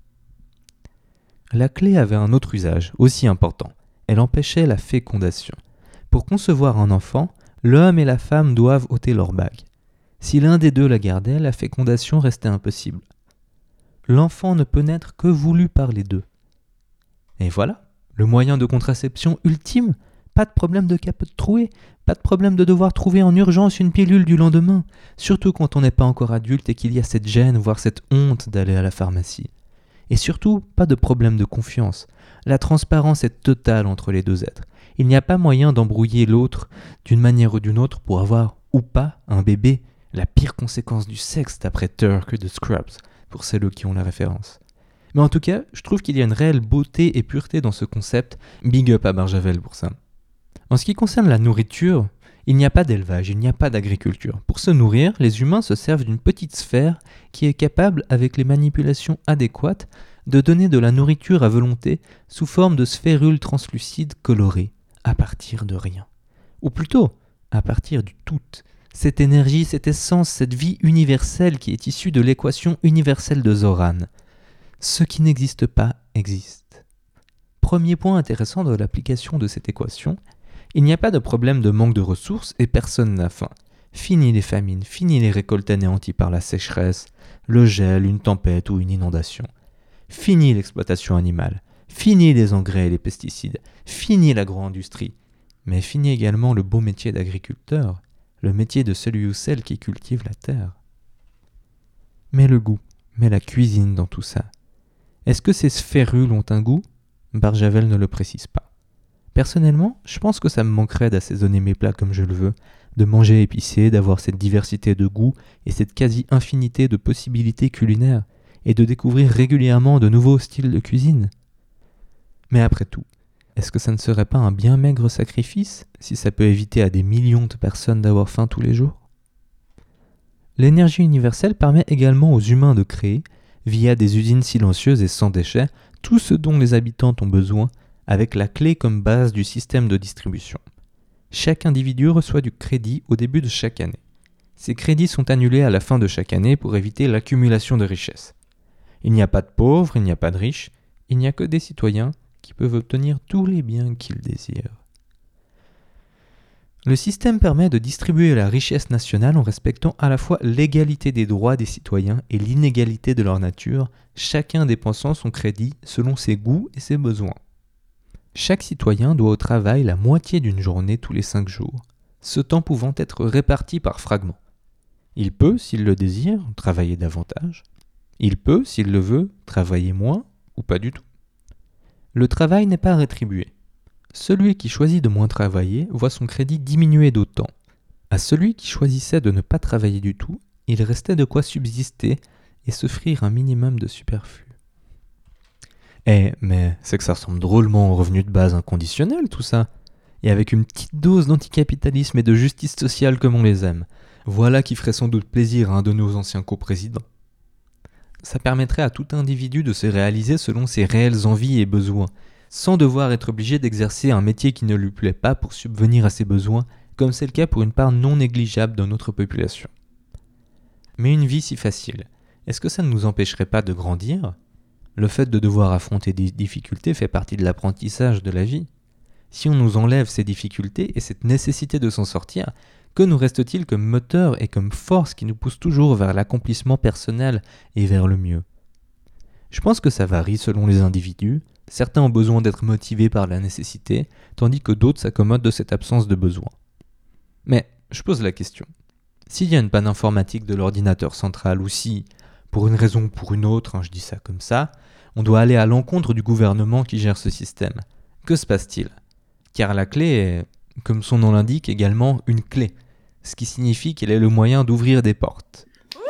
[SPEAKER 12] La clé avait un autre usage, aussi important. Elle empêchait la fécondation. Pour concevoir un enfant, l'homme et la femme doivent ôter leur bague. Si l'un des deux la gardait, la fécondation restait impossible. L'enfant ne peut naître que voulu par les deux. Et voilà, le moyen de contraception ultime. Pas de problème de capote trouée, pas de problème de devoir trouver en urgence une pilule du lendemain, surtout quand on n'est pas encore adulte et qu'il y a cette gêne, voire cette honte d'aller à la pharmacie. Et surtout, pas de problème de confiance. La transparence est totale entre les deux êtres. Il n'y a pas moyen d'embrouiller l'autre d'une manière ou d'une autre pour avoir, ou pas, un bébé, la pire conséquence du sexe d'après Turk de Scrubs, pour celles qui ont la référence. Mais en tout cas, je trouve qu'il y a une réelle beauté et pureté dans ce concept, big up à Barjavel pour ça. En ce qui concerne la nourriture, il n'y a pas d'élevage, il n'y a pas d'agriculture. Pour se nourrir, les humains se servent d'une petite sphère qui est capable, avec les manipulations adéquates, de donner de la nourriture à volonté sous forme de sphérules translucides colorées, à partir de rien. Ou plutôt, à partir du tout. Cette énergie, cette essence, cette vie universelle qui est issue de l'équation universelle de Zoran. Ce qui n'existe pas existe. Premier point intéressant de l'application de cette équation, il n'y a pas de problème de manque de ressources et personne n'a faim. Fini les famines, fini les récoltes anéanties par la sécheresse, le gel, une tempête ou une inondation. Fini l'exploitation animale, fini les engrais et les pesticides, fini l'agro-industrie. Mais fini également le beau métier d'agriculteur, le métier de celui ou celle qui cultive la terre. Mais le goût, mais la cuisine dans tout ça. Est-ce que ces sphérules ont un goût? Barjavel ne le précise pas. Personnellement, je pense que ça me manquerait d'assaisonner mes plats comme je le veux, de manger épicé, d'avoir cette diversité de goûts et cette quasi-infinité de possibilités culinaires, et de découvrir régulièrement de nouveaux styles de cuisine. Mais après tout, est-ce que ça ne serait pas un bien maigre sacrifice si ça peut éviter à des millions de personnes d'avoir faim tous les jours? L'énergie universelle permet également aux humains de créer, via des usines silencieuses et sans déchets, tout ce dont les habitants ont besoin, avec la clé comme base du système de distribution. Chaque individu reçoit du crédit au début de chaque année. Ces crédits sont annulés à la fin de chaque année pour éviter l'accumulation de richesses. Il n'y a pas de pauvres, il n'y a pas de riches, il n'y a que des citoyens qui peuvent obtenir tous les biens qu'ils désirent. Le système permet de distribuer la richesse nationale en respectant à la fois l'égalité des droits des citoyens et l'inégalité de leur nature, chacun dépensant son crédit selon ses goûts et ses besoins. Chaque citoyen doit au travail la moitié d'une journée tous les cinq jours, ce temps pouvant être réparti par fragments. Il peut, s'il le désire, travailler davantage. Il peut, s'il le veut, travailler moins ou pas du tout. Le travail n'est pas rétribué. Celui qui choisit de moins travailler voit son crédit diminuer d'autant. À celui qui choisissait de ne pas travailler du tout, il restait de quoi subsister et s'offrir un minimum de superflu. Eh, mais c'est que ça ressemble drôlement au revenu de base inconditionnel, tout ça. et avec une petite dose d'anticapitalisme et de justice sociale comme on les aime. Voilà qui ferait sans doute plaisir à un de nos anciens coprésidents. Ça permettrait à tout individu de se réaliser selon ses réelles envies et besoins, sans devoir être obligé d'exercer un métier qui ne lui plaît pas pour subvenir à ses besoins, comme c'est le cas pour une part non négligeable de notre population. Mais une vie si facile, est-ce que ça ne nous empêcherait pas de grandir ? Le fait de devoir affronter des difficultés fait partie de l'apprentissage de la vie. Si on nous enlève ces difficultés et cette nécessité de s'en sortir, que nous reste-t-il comme moteur et comme force qui nous pousse toujours vers l'accomplissement personnel et vers le mieux ? Je pense que ça varie selon les individus. Certains ont besoin d'être motivés par la nécessité, tandis que d'autres s'accommodent de cette absence de besoin. Mais je pose la question. S'il y a une panne informatique de l'ordinateur central ou si, pour une raison ou pour une autre, hein, je dis ça comme ça, on doit aller à l'encontre du gouvernement qui gère ce système, que se passe-t-il ? Car la clé est, comme son nom l'indique, également une clé, ce qui signifie qu'elle est le moyen d'ouvrir des portes.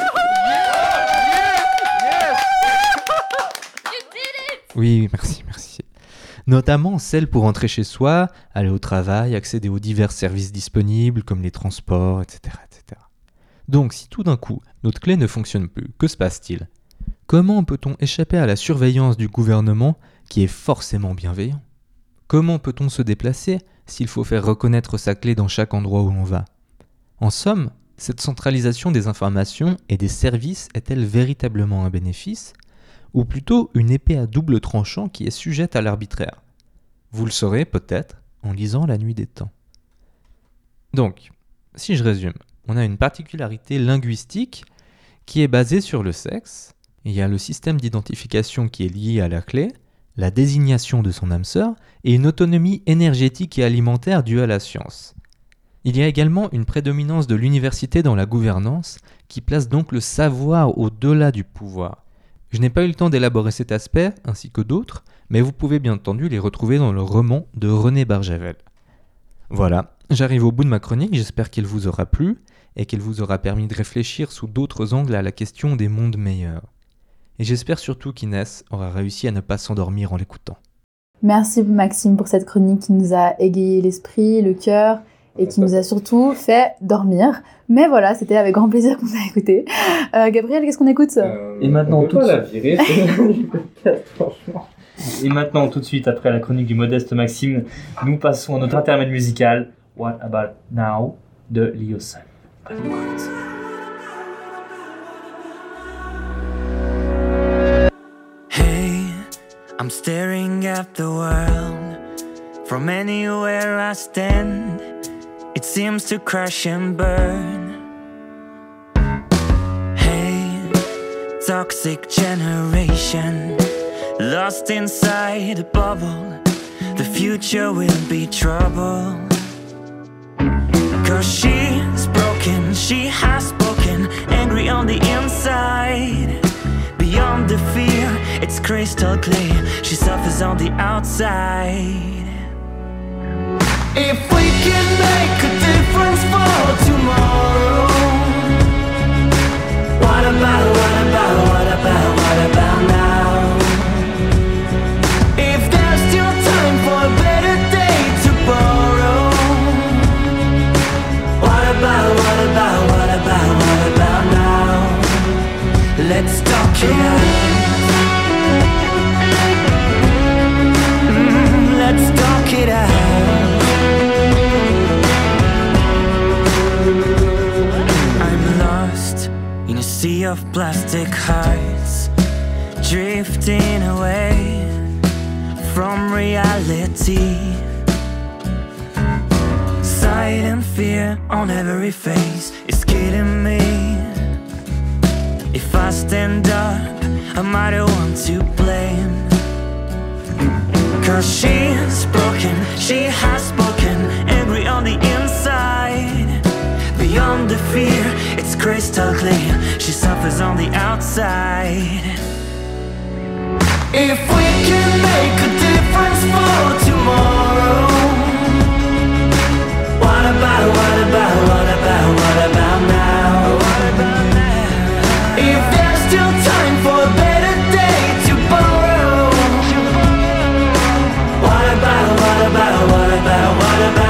[SPEAKER 12] Oui, merci, merci. Notamment celle pour entrer chez soi, aller au travail, accéder aux divers services disponibles comme les transports, et cetera, et cetera. Donc, si tout d'un coup, notre clé ne fonctionne plus, que se passe-t-il ? Comment peut-on échapper à la surveillance du gouvernement qui est forcément bienveillant ? Comment peut-on se déplacer s'il faut faire reconnaître sa clé dans chaque endroit où l'on va ? En somme, cette centralisation des informations et des services est-elle véritablement un bénéfice ? Ou plutôt une épée à double tranchant qui est sujette à l'arbitraire. Vous le saurez peut-être en lisant La Nuit des Temps. Donc, si je résume, on a une particularité linguistique qui est basée sur le sexe, il y a le système d'identification qui est lié à la clé, la désignation de son âme sœur et une autonomie énergétique et alimentaire due à la science. Il y a également une prédominance de l'université dans la gouvernance qui place donc le savoir au-delà du pouvoir. Je n'ai pas eu le temps d'élaborer cet aspect, ainsi que d'autres, mais vous pouvez bien entendu les retrouver dans le roman de René Barjavel. Voilà, j'arrive au bout de ma chronique, j'espère qu'elle vous aura plu, et qu'elle vous aura permis de réfléchir sous d'autres angles à la question des mondes meilleurs. Et j'espère surtout qu'Inès aura réussi à ne pas s'endormir en l'écoutant.
[SPEAKER 4] Merci Maxime pour cette chronique qui nous a égayé l'esprit, le cœur, et qui nous a surtout fait dormir. Mais voilà, c'était avec grand plaisir qu'on t'a écouté. Euh, Gabriel, qu'est-ce qu'on écoute
[SPEAKER 3] euh,
[SPEAKER 2] Et maintenant,
[SPEAKER 3] on peut
[SPEAKER 2] tout
[SPEAKER 3] pas
[SPEAKER 2] de
[SPEAKER 3] la
[SPEAKER 2] suite.
[SPEAKER 3] virer, c'est franchement.
[SPEAKER 2] Et maintenant, tout de suite, après la chronique du modeste Maxime, nous passons à notre intermède musical What About Now de Leo Sun.
[SPEAKER 13] Hey, I'm staring at the world from anywhere I stand. It seems to crash and burn. Hey, toxic generation, lost inside a bubble. The future will be trouble. Cause she's broken, she has spoken, angry on the inside. Beyond the fear, it's crystal clear, she suffers on the outside. If we can make a difference for tomorrow, what about, what about, what about, what about now? If there's still time for a better day to borrow, what about, what about, what about, what about now? Let's talk it out. Mm, let's talk it out. Sea of plastic hearts, drifting away from reality. Silent fear on every face is killing me. If I stand up, I might want to blame. Cause she's broken, she has spoken, angry on the inside. Beyond the fear, it's crystal clear, she suffers on the outside. If we can make a difference for tomorrow, what about, what about, what about, what about now? What about now? If there's still time for a better day to borrow, what about, what about, what about, what about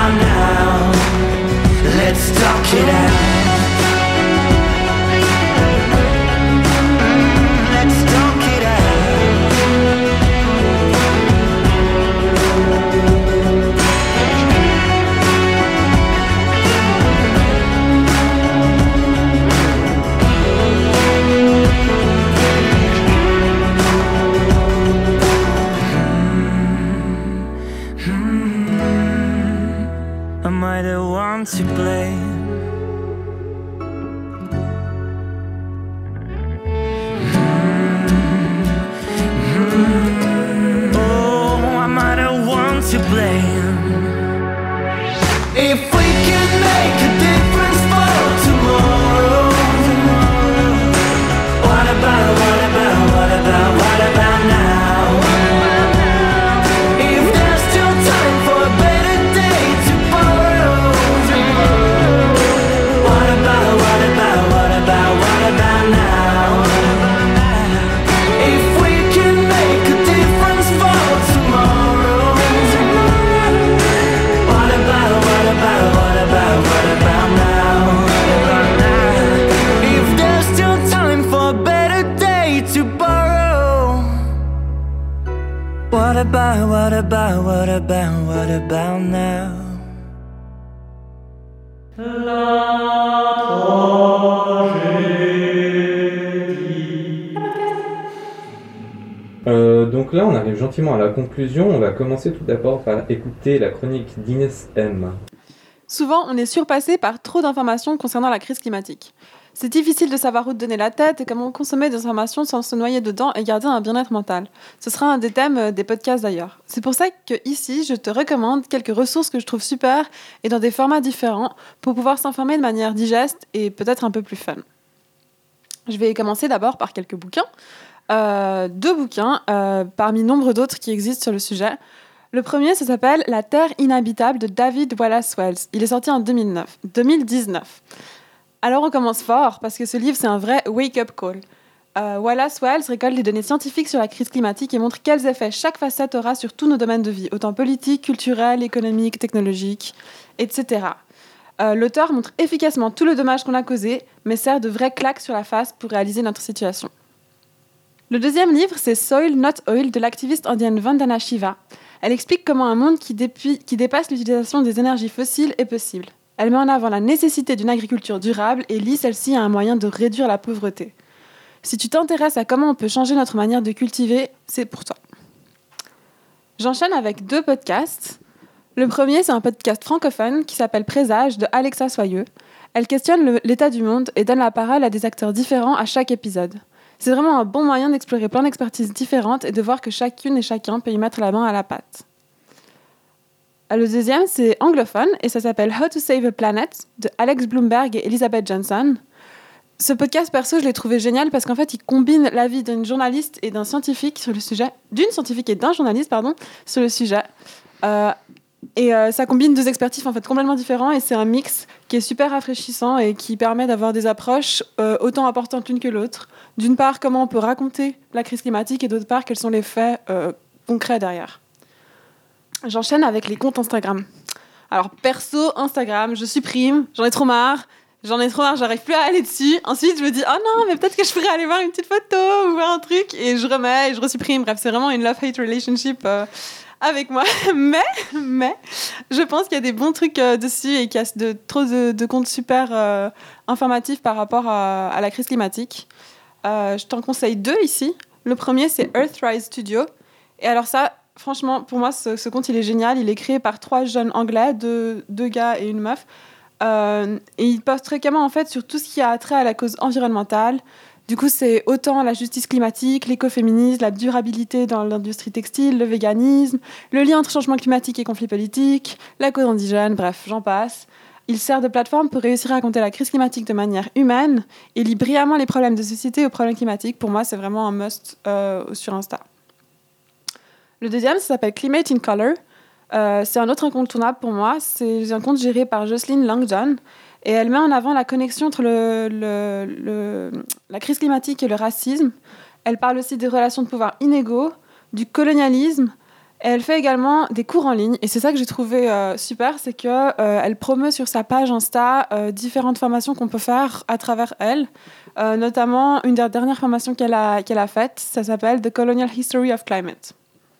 [SPEAKER 13] about, what about, what about, what about now?
[SPEAKER 3] Euh, donc là, on arrive gentiment à la conclusion. On va commencer tout d'abord par écouter la chronique d'Inès M.
[SPEAKER 9] Souvent, on est surpassé par trop d'informations concernant la crise climatique. C'est difficile de savoir où donner la tête et comment consommer des informations sans se noyer dedans et garder un bien-être mental. Ce sera un des thèmes des podcasts d'ailleurs. C'est pour ça que ici, je te recommande quelques ressources que je trouve super et dans des formats différents pour pouvoir s'informer de manière digeste et peut-être un peu plus fun. Je vais commencer d'abord par quelques bouquins. Euh, deux bouquins, euh, parmi nombre d'autres qui existent sur le sujet. Le premier, ça s'appelle « La Terre inhabitable » de David Wallace Wells. Il est sorti en deux mille neuf, deux mille dix-neuf. Alors on commence fort, parce que ce livre, c'est un vrai wake-up call. Euh, Wallace Wells récolte les données scientifiques sur la crise climatique et montre quels effets chaque facette aura sur tous nos domaines de vie, autant politique, culturel, économique, technologique, et cetera. Euh, l'auteur montre efficacement tout le dommage qu'on a causé, mais sert de vraie claque sur la face pour réaliser notre situation. Le deuxième livre, c'est Soil Not Oil de l'activiste indienne Vandana Shiva. Elle explique comment un monde qui, dépi- qui dépasse l'utilisation des énergies fossiles est possible. Elle met en avant la nécessité d'une agriculture durable et lie celle-ci à un moyen de réduire la pauvreté. Si tu t'intéresses à comment on peut changer notre manière de cultiver, c'est pour toi. J'enchaîne avec deux podcasts. Le premier, c'est un podcast francophone qui s'appelle Présage de Alexa Soyeux. Elle questionne le, l'état du monde et donne la parole à des acteurs différents à chaque épisode. C'est vraiment un bon moyen d'explorer plein d'expertises différentes et de voir que chacune et chacun peut y mettre la main à la pâte. Le deuxième, c'est anglophone et ça s'appelle How to Save a Planet de Alex Bloomberg et Elizabeth Johnson. Ce podcast, perso, je l'ai trouvé génial parce qu'en fait, il combine l'avis d'une journaliste et d'un scientifique sur le sujet, d'une scientifique et d'un journaliste, pardon, sur le sujet. Euh, et euh, ça combine deux expertises en fait complètement différents et c'est un mix qui est super rafraîchissant et qui permet d'avoir des approches euh, autant importantes l'une que l'autre. D'une part, comment on peut raconter la crise climatique et d'autre part, quels sont les faits euh, concrets derrière. J'enchaîne avec les comptes Instagram. Alors, perso, Instagram, je supprime, j'en ai trop marre. J'en ai trop marre, j'arrive plus à aller dessus. Ensuite, je me dis, oh non, mais peut-être que je pourrais aller voir une petite photo ou voir un truc. Et je remets et je resupprime. Bref, c'est vraiment une love-hate relationship euh, avec moi. Mais, mais, je pense qu'il y a des bons trucs euh, dessus et qu'il y a de, trop de, de comptes super euh, informatifs par rapport à, à la crise climatique. Euh, je t'en conseille deux ici. Le premier, c'est Earthrise Studio. Et alors ça, franchement, pour moi, ce, ce compte, il est génial. Il est créé par trois jeunes anglais, deux, deux gars et une meuf. Euh, et il poste fréquemment, en fait, sur tout ce qui a trait à la cause environnementale. Du coup, c'est autant la justice climatique, l'écoféminisme, la durabilité dans l'industrie textile, le véganisme, le lien entre changement climatique et conflits politiques, la cause indigène, bref, j'en passe. Il sert de plateforme pour réussir à raconter la crise climatique de manière humaine et lie brillamment les problèmes de société aux problèmes climatiques. Pour moi, c'est vraiment un must euh, sur Insta. Le deuxième, ça s'appelle Climate in Color. Euh, c'est un autre incontournable pour moi. C'est un compte géré par Jocelyn Langdon et elle met en avant la connexion entre le, le, le, la crise climatique et le racisme. Elle parle aussi des relations de pouvoir inégaux, du colonialisme. Et elle fait également des cours en ligne. Et c'est ça que j'ai trouvé euh, super, c'est qu'elle euh, promeut sur sa page Insta euh, différentes formations qu'on peut faire à travers elle. Euh, notamment, une des dernières formations qu'elle a, qu'elle a faites, ça s'appelle « The Colonial History of Climate ».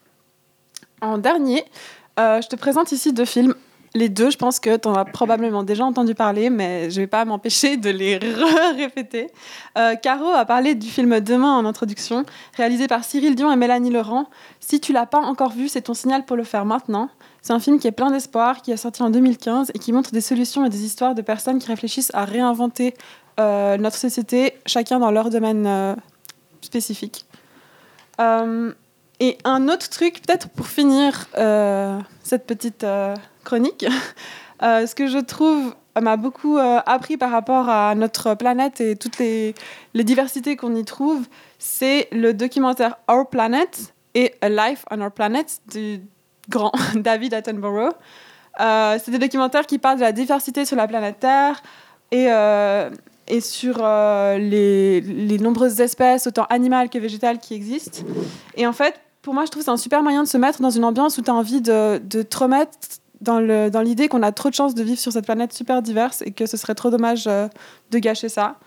[SPEAKER 9] En dernier, euh, je te présente ici deux films. Les deux, je pense que tu en as probablement déjà entendu parler, mais je ne vais pas m'empêcher de les répéter. Euh, Caro a parlé du film Demain en introduction, réalisé par Cyril Dion et Mélanie Laurent. Si tu ne l'as pas encore vu, c'est ton signal pour le faire maintenant. C'est un film qui est plein d'espoir, qui est sorti en deux mille quinze et qui montre des solutions et des histoires de personnes qui réfléchissent à réinventer euh, notre société, chacun dans leur domaine euh, spécifique. Euh, Et un autre truc, peut-être pour finir euh, cette petite euh, chronique, euh, ce que je trouve m'a beaucoup euh, appris par rapport à notre planète et toutes les, les diversités qu'on y trouve, c'est le documentaire Our Planet et A Life on Our Planet du grand David Attenborough. Euh, c'est des documentaires qui parlent de la diversité sur la planète Terre et... Euh, et sur euh, les, les nombreuses espèces, autant animales que végétales, qui existent. Et en fait, pour moi, je trouve que c'est un super moyen de se mettre dans une ambiance où tu as envie de, de te remettre dans, le, dans l'idée qu'on a trop de chance de vivre sur cette planète super diverse et que ce serait trop dommage euh, de gâcher ça.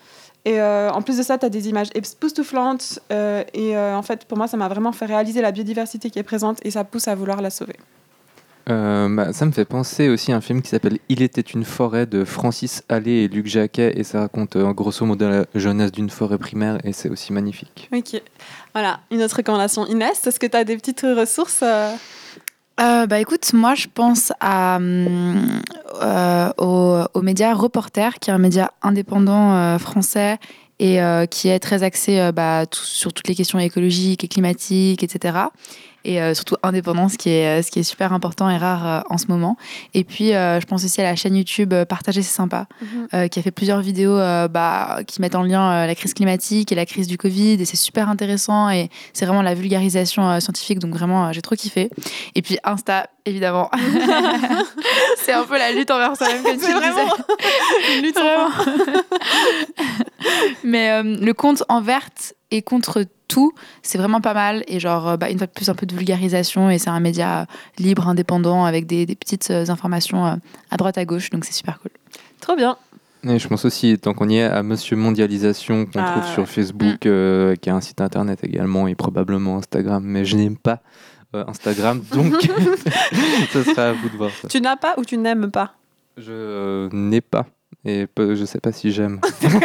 [SPEAKER 9] Et euh, en plus de ça, tu as des images époustouflantes. Euh, et euh, en fait, pour moi, ça m'a vraiment fait réaliser la biodiversité qui est présente et ça pousse à vouloir la sauver.
[SPEAKER 12] Euh, bah, ça me fait penser aussi à un film qui s'appelle Il était une forêt de Francis Allais et Luc Jacquet, et ça raconte euh, grosso modo la jeunesse d'une forêt primaire, et c'est aussi magnifique.
[SPEAKER 9] Ok. Voilà, une autre recommandation. Inès, est-ce que tu as des petites ressources euh...
[SPEAKER 4] Euh, bah écoute, moi je pense à, euh, au, au média Reporter, qui est un média indépendant euh, français et euh, qui est très axé euh, bah, tout, sur toutes les questions écologiques et climatiques, et cetera. Et euh, surtout indépendant, ce qui est, ce qui est super important et rare euh, en ce moment. Et puis, euh, je pense aussi à la chaîne YouTube euh, Partager, c'est sympa, mm-hmm. euh, qui a fait plusieurs vidéos euh, bah, qui mettent en lien euh, la crise climatique et la crise du Covid. Et c'est super intéressant et c'est vraiment la vulgarisation euh, scientifique. Donc vraiment, euh, j'ai trop kiffé. Et puis Insta, évidemment. C'est un peu la lutte envers soi-même, comme tu le disais.
[SPEAKER 9] Une lutte vraiment.
[SPEAKER 4] Mais euh, le compte en verte et contre tout, c'est vraiment pas mal. Et genre, bah, une fois de plus, un peu de vulgarisation. Et c'est un média libre, indépendant, avec des, des petites informations à droite, à gauche. Donc c'est super cool.
[SPEAKER 9] Trop bien.
[SPEAKER 12] Et je pense aussi, tant qu'on y est, à Monsieur Mondialisation, qu'on ah, trouve ouais. sur Facebook, mmh. euh, qui a un site internet également, et probablement Instagram. Mais je n'aime pas euh, Instagram, donc ça sera à vous de voir ça.
[SPEAKER 9] Tu n'as pas ou tu n'aimes pas ?
[SPEAKER 12] Je euh, n'ai pas. Et peu, je sais pas si j'aime.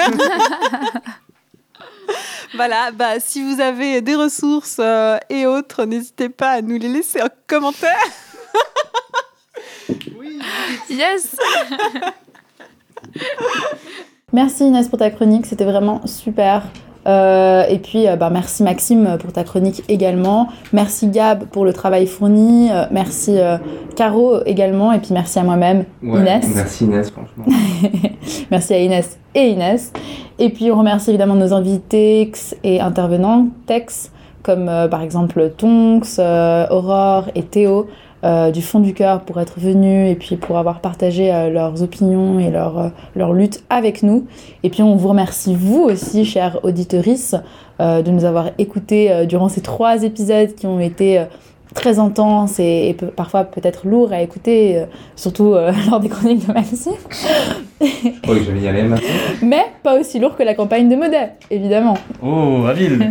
[SPEAKER 9] Voilà, bah, si vous avez des ressources euh, et autres, n'hésitez pas à nous les laisser en commentaire.
[SPEAKER 4] Oui. Yes. Merci Inès pour ta chronique, c'était vraiment super. Euh, et puis, euh, bah, merci Maxime pour ta chronique également. Merci Gab pour le travail fourni. Euh, merci euh, Caro également. Et puis merci à moi-même,
[SPEAKER 3] ouais,
[SPEAKER 4] Inès.
[SPEAKER 3] Merci Inès, franchement.
[SPEAKER 4] Merci à Inès et Inès. Et puis, on remercie évidemment nos invités et intervenants, Tex, comme euh, par exemple Tonks, euh, Aurore et Théo, euh, du fond du cœur pour être venus et puis pour avoir partagé euh, leurs opinions et leur, euh, leur lutte avec nous. Et puis on vous remercie vous aussi, chers auditorices, euh, de nous avoir écoutés euh, durant ces trois épisodes qui ont été euh, très intenses et, et peu, parfois peut-être lourds à écouter, euh, surtout euh, lors des chroniques de Maxime.
[SPEAKER 3] Oui, je vais y aller maintenant.
[SPEAKER 4] Mais pas aussi lourd que la campagne de Modet, évidemment.
[SPEAKER 2] Oh, habile.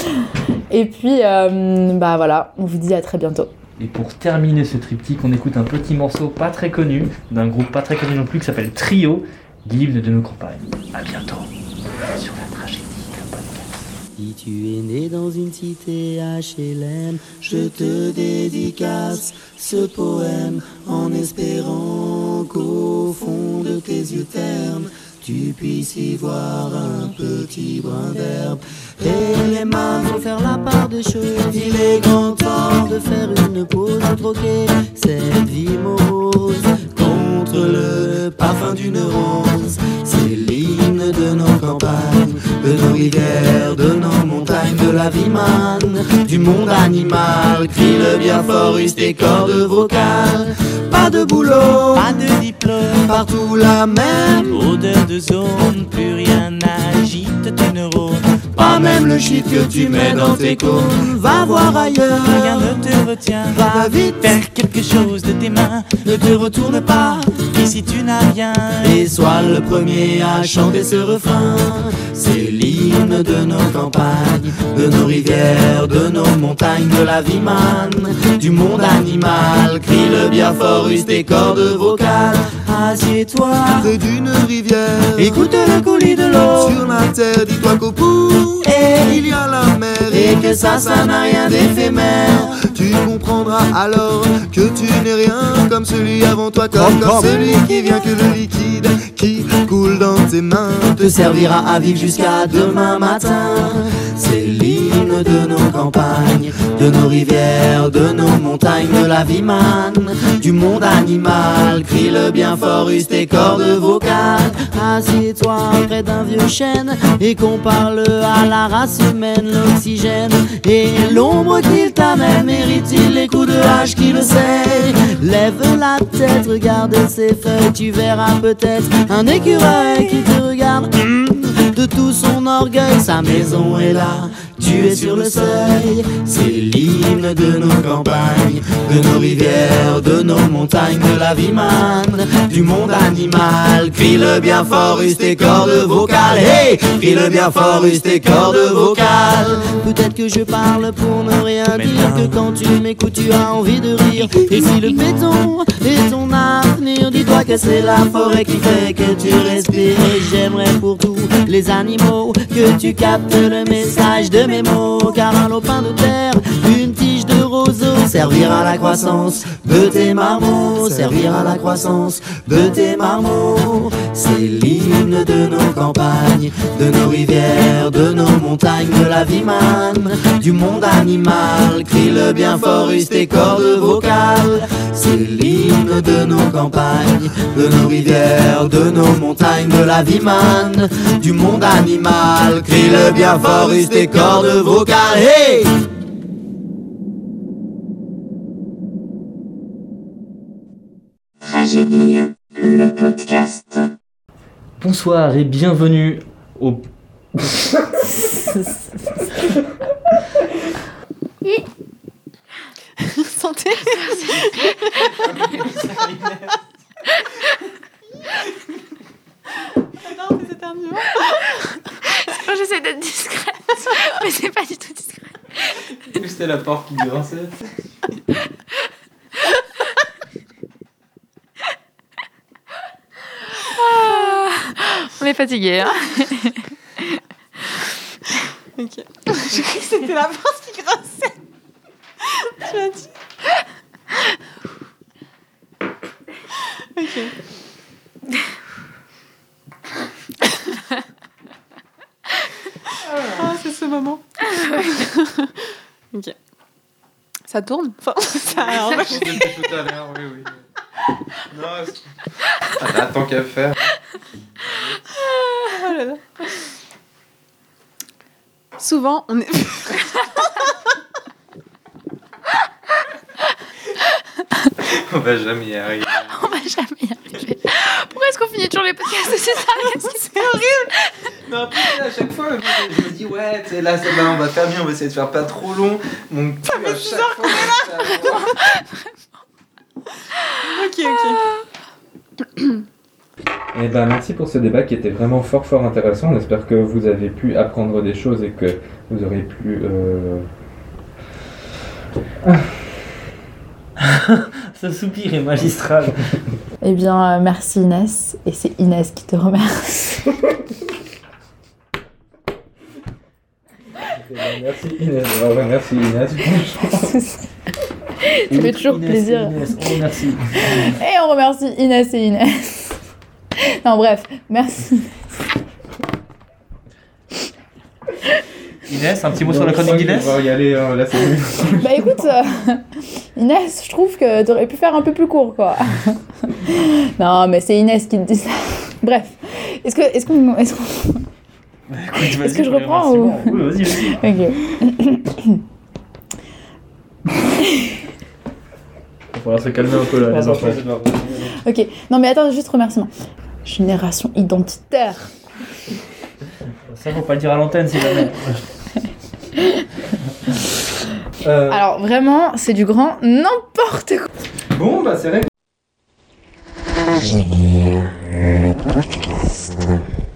[SPEAKER 4] Et puis, euh, bah voilà, on vous dit à très bientôt.
[SPEAKER 2] Et pour terminer ce triptyque, on écoute un petit morceau pas très connu, d'un groupe pas très connu non plus, qui s'appelle Trio, l'hymne de nos campagnes. À bientôt sur la tragédie d'un podcast.
[SPEAKER 14] Si tu es né dans une cité H L M, je te dédicace ce poème en espérant qu'au fond de tes yeux ternes, tu puisses y voir un petit brin d'herbe. Et les mains vont faire la part des choses. Il est grand temps de faire une pause, de troquer cette vie morose contre le parfum d'une rose. C'est l'hymne de nos campagnes, de nos rivières, de nos montagnes, de la vie manne, du monde animal. Crie le bien fort, use tes cordes vocales. Pas de boulot,
[SPEAKER 13] pas de diplôme,
[SPEAKER 14] partout la même
[SPEAKER 13] odeur de zone, plus rien n'agite tes neurones.
[SPEAKER 14] Pas même le shit que tu mets dans tes cônes. Va voir ailleurs,
[SPEAKER 13] rien ne te retient.
[SPEAKER 14] Va vite,
[SPEAKER 13] faire quelque chose de tes mains.
[SPEAKER 14] Ne te retourne pas,
[SPEAKER 13] ici tu n'as rien.
[SPEAKER 14] Et sois le premier à chanter ce refrain. C'est l'hymne de nos campagnes, de nos rivières, de nos montagnes, de la vie manne, du monde animal. Crie le bien fort, use tes cordes vocales.
[SPEAKER 13] Assieds-toi
[SPEAKER 14] près d'une rivière,
[SPEAKER 13] écoute le coulis de l'eau.
[SPEAKER 14] Sur la terre, dis-toi qu'au bout
[SPEAKER 13] et
[SPEAKER 14] il y a la mer,
[SPEAKER 13] et que ça, ça n'a rien d'éphémère.
[SPEAKER 14] Tu comprendras alors que tu n'es rien comme celui avant toi, comme, comme celui qui vient, que le liquide qui coule dans tes mains te servira à vivre jusqu'à demain matin. C'est l'hymne de nos campagnes, de nos rivières, de nos montagnes, de la vie manne, du monde animal. Crie le bien fort, use tes cordes vocales.
[SPEAKER 13] Assieds-toi près d'un vieux chêne et qu'on parle à la race humaine. L'oxygène et l'ombre qu'il t'amène, mérite-t-il les coups de hache qui le sait? Lève la tête, regarde ses feuilles, tu verras peut-être un écureuil qui te regarde. De tout son orgueil,
[SPEAKER 14] sa maison est là, tu es sur le seuil. C'est l'hymne de nos campagnes, de nos rivières, de nos montagnes, de la vie manne, du monde animal. Crie-le bien fort, use tes cordes vocales. Hey, crie-le bien fort, use tes cordes vocales. Peut-être que je parle pour ne rien dire, que quand tu m'écoutes tu as envie de rire. Et si le béton est ton avenir, dis-toi que c'est la forêt qui fait que tu respires. Et j'aimerais pour tous les animaux que tu captes le message de mes mots. Car un lopin de terre, une tige de roseau, servir à la croissance de tes marmots, servir à la croissance de tes marmots. C'est l'hymne de nos campagnes, de nos rivières, de nos montagnes, de la vie manne, du monde animal. Crie-le bien fort, use tes cordes vocales. C'est l'hymne de nos campagnes, de nos rivières, de nos montagnes, de la vie manne, du monde animal. Crie-le bien fort, use tes cordes vocales. Hey!
[SPEAKER 11] Tragédie, le podcast.
[SPEAKER 2] Bonsoir et bienvenue au...
[SPEAKER 9] Santé. Attends, mais c'est un niveau.
[SPEAKER 7] C'est quand j'essaie d'être discrète, mais c'est pas du tout discret.
[SPEAKER 3] C'était la porte qui grinçait.
[SPEAKER 7] Ah, on est fatigué, hein.
[SPEAKER 9] Ok. J'ai cru que c'était la porte qui grinçait. Tu m'as dit. Ok. Ah, c'est ce moment. Ok. Ça tourne. Enfin, ça a
[SPEAKER 3] On s'est fait tout à l'heure, oui, oui. Non, c'est... Ah, tant qu'à faire.
[SPEAKER 9] Oh là là. Souvent, on est...
[SPEAKER 3] On va jamais y arriver.
[SPEAKER 7] On va jamais y arriver. Pourquoi est-ce qu'on finit toujours les podcasts aussi tard?
[SPEAKER 9] C'est horrible.
[SPEAKER 3] Non, après, à chaque fois, je me dis, ouais, tu sais, là, ça va, on va faire mieux, on va essayer de faire pas trop long. Mon cul, à chaque fois,
[SPEAKER 9] Ok, ok.
[SPEAKER 3] Eh ben, merci pour ce débat qui était vraiment fort, fort intéressant. On espère que vous avez pu apprendre des choses et que vous aurez pu... Euh... Ah.
[SPEAKER 2] Ce soupir est magistral.
[SPEAKER 4] Eh bien, euh, merci Inès, et c'est Inès qui te remercie.
[SPEAKER 3] Merci Inès, bravo, merci Inès.
[SPEAKER 4] Ça fait toujours
[SPEAKER 2] Inès
[SPEAKER 4] plaisir.
[SPEAKER 2] et Inès, on remercie.
[SPEAKER 4] Et on remercie Inès et Inès. Non, bref, merci.
[SPEAKER 2] Inès, un petit mot sur la chronique d'Inès.
[SPEAKER 3] On va y aller, euh, là, c'est mieux.
[SPEAKER 4] Bah écoute, euh, Inès, je trouve que t'aurais pu faire un peu plus court, quoi. Non, mais c'est Inès qui te dit ça. Bref, est-ce que, est-ce qu'on, est-ce qu'on...
[SPEAKER 2] Bah, écoute, vas-y,
[SPEAKER 4] est-ce que je reprends ou...
[SPEAKER 2] Oui, vas-y, vas-y.
[SPEAKER 4] Ok.
[SPEAKER 2] Il va falloir se calmer un peu là, les enfants.
[SPEAKER 4] Ok, non mais attends, juste remerciement. Génération identitaire.
[SPEAKER 2] Ça, faut pas le dire à l'antenne si jamais.
[SPEAKER 3] Euh...
[SPEAKER 4] Alors vraiment, c'est du grand n'importe quoi.
[SPEAKER 3] Bon, bah c'est vrai.
[SPEAKER 11] Tragédie, le podcast.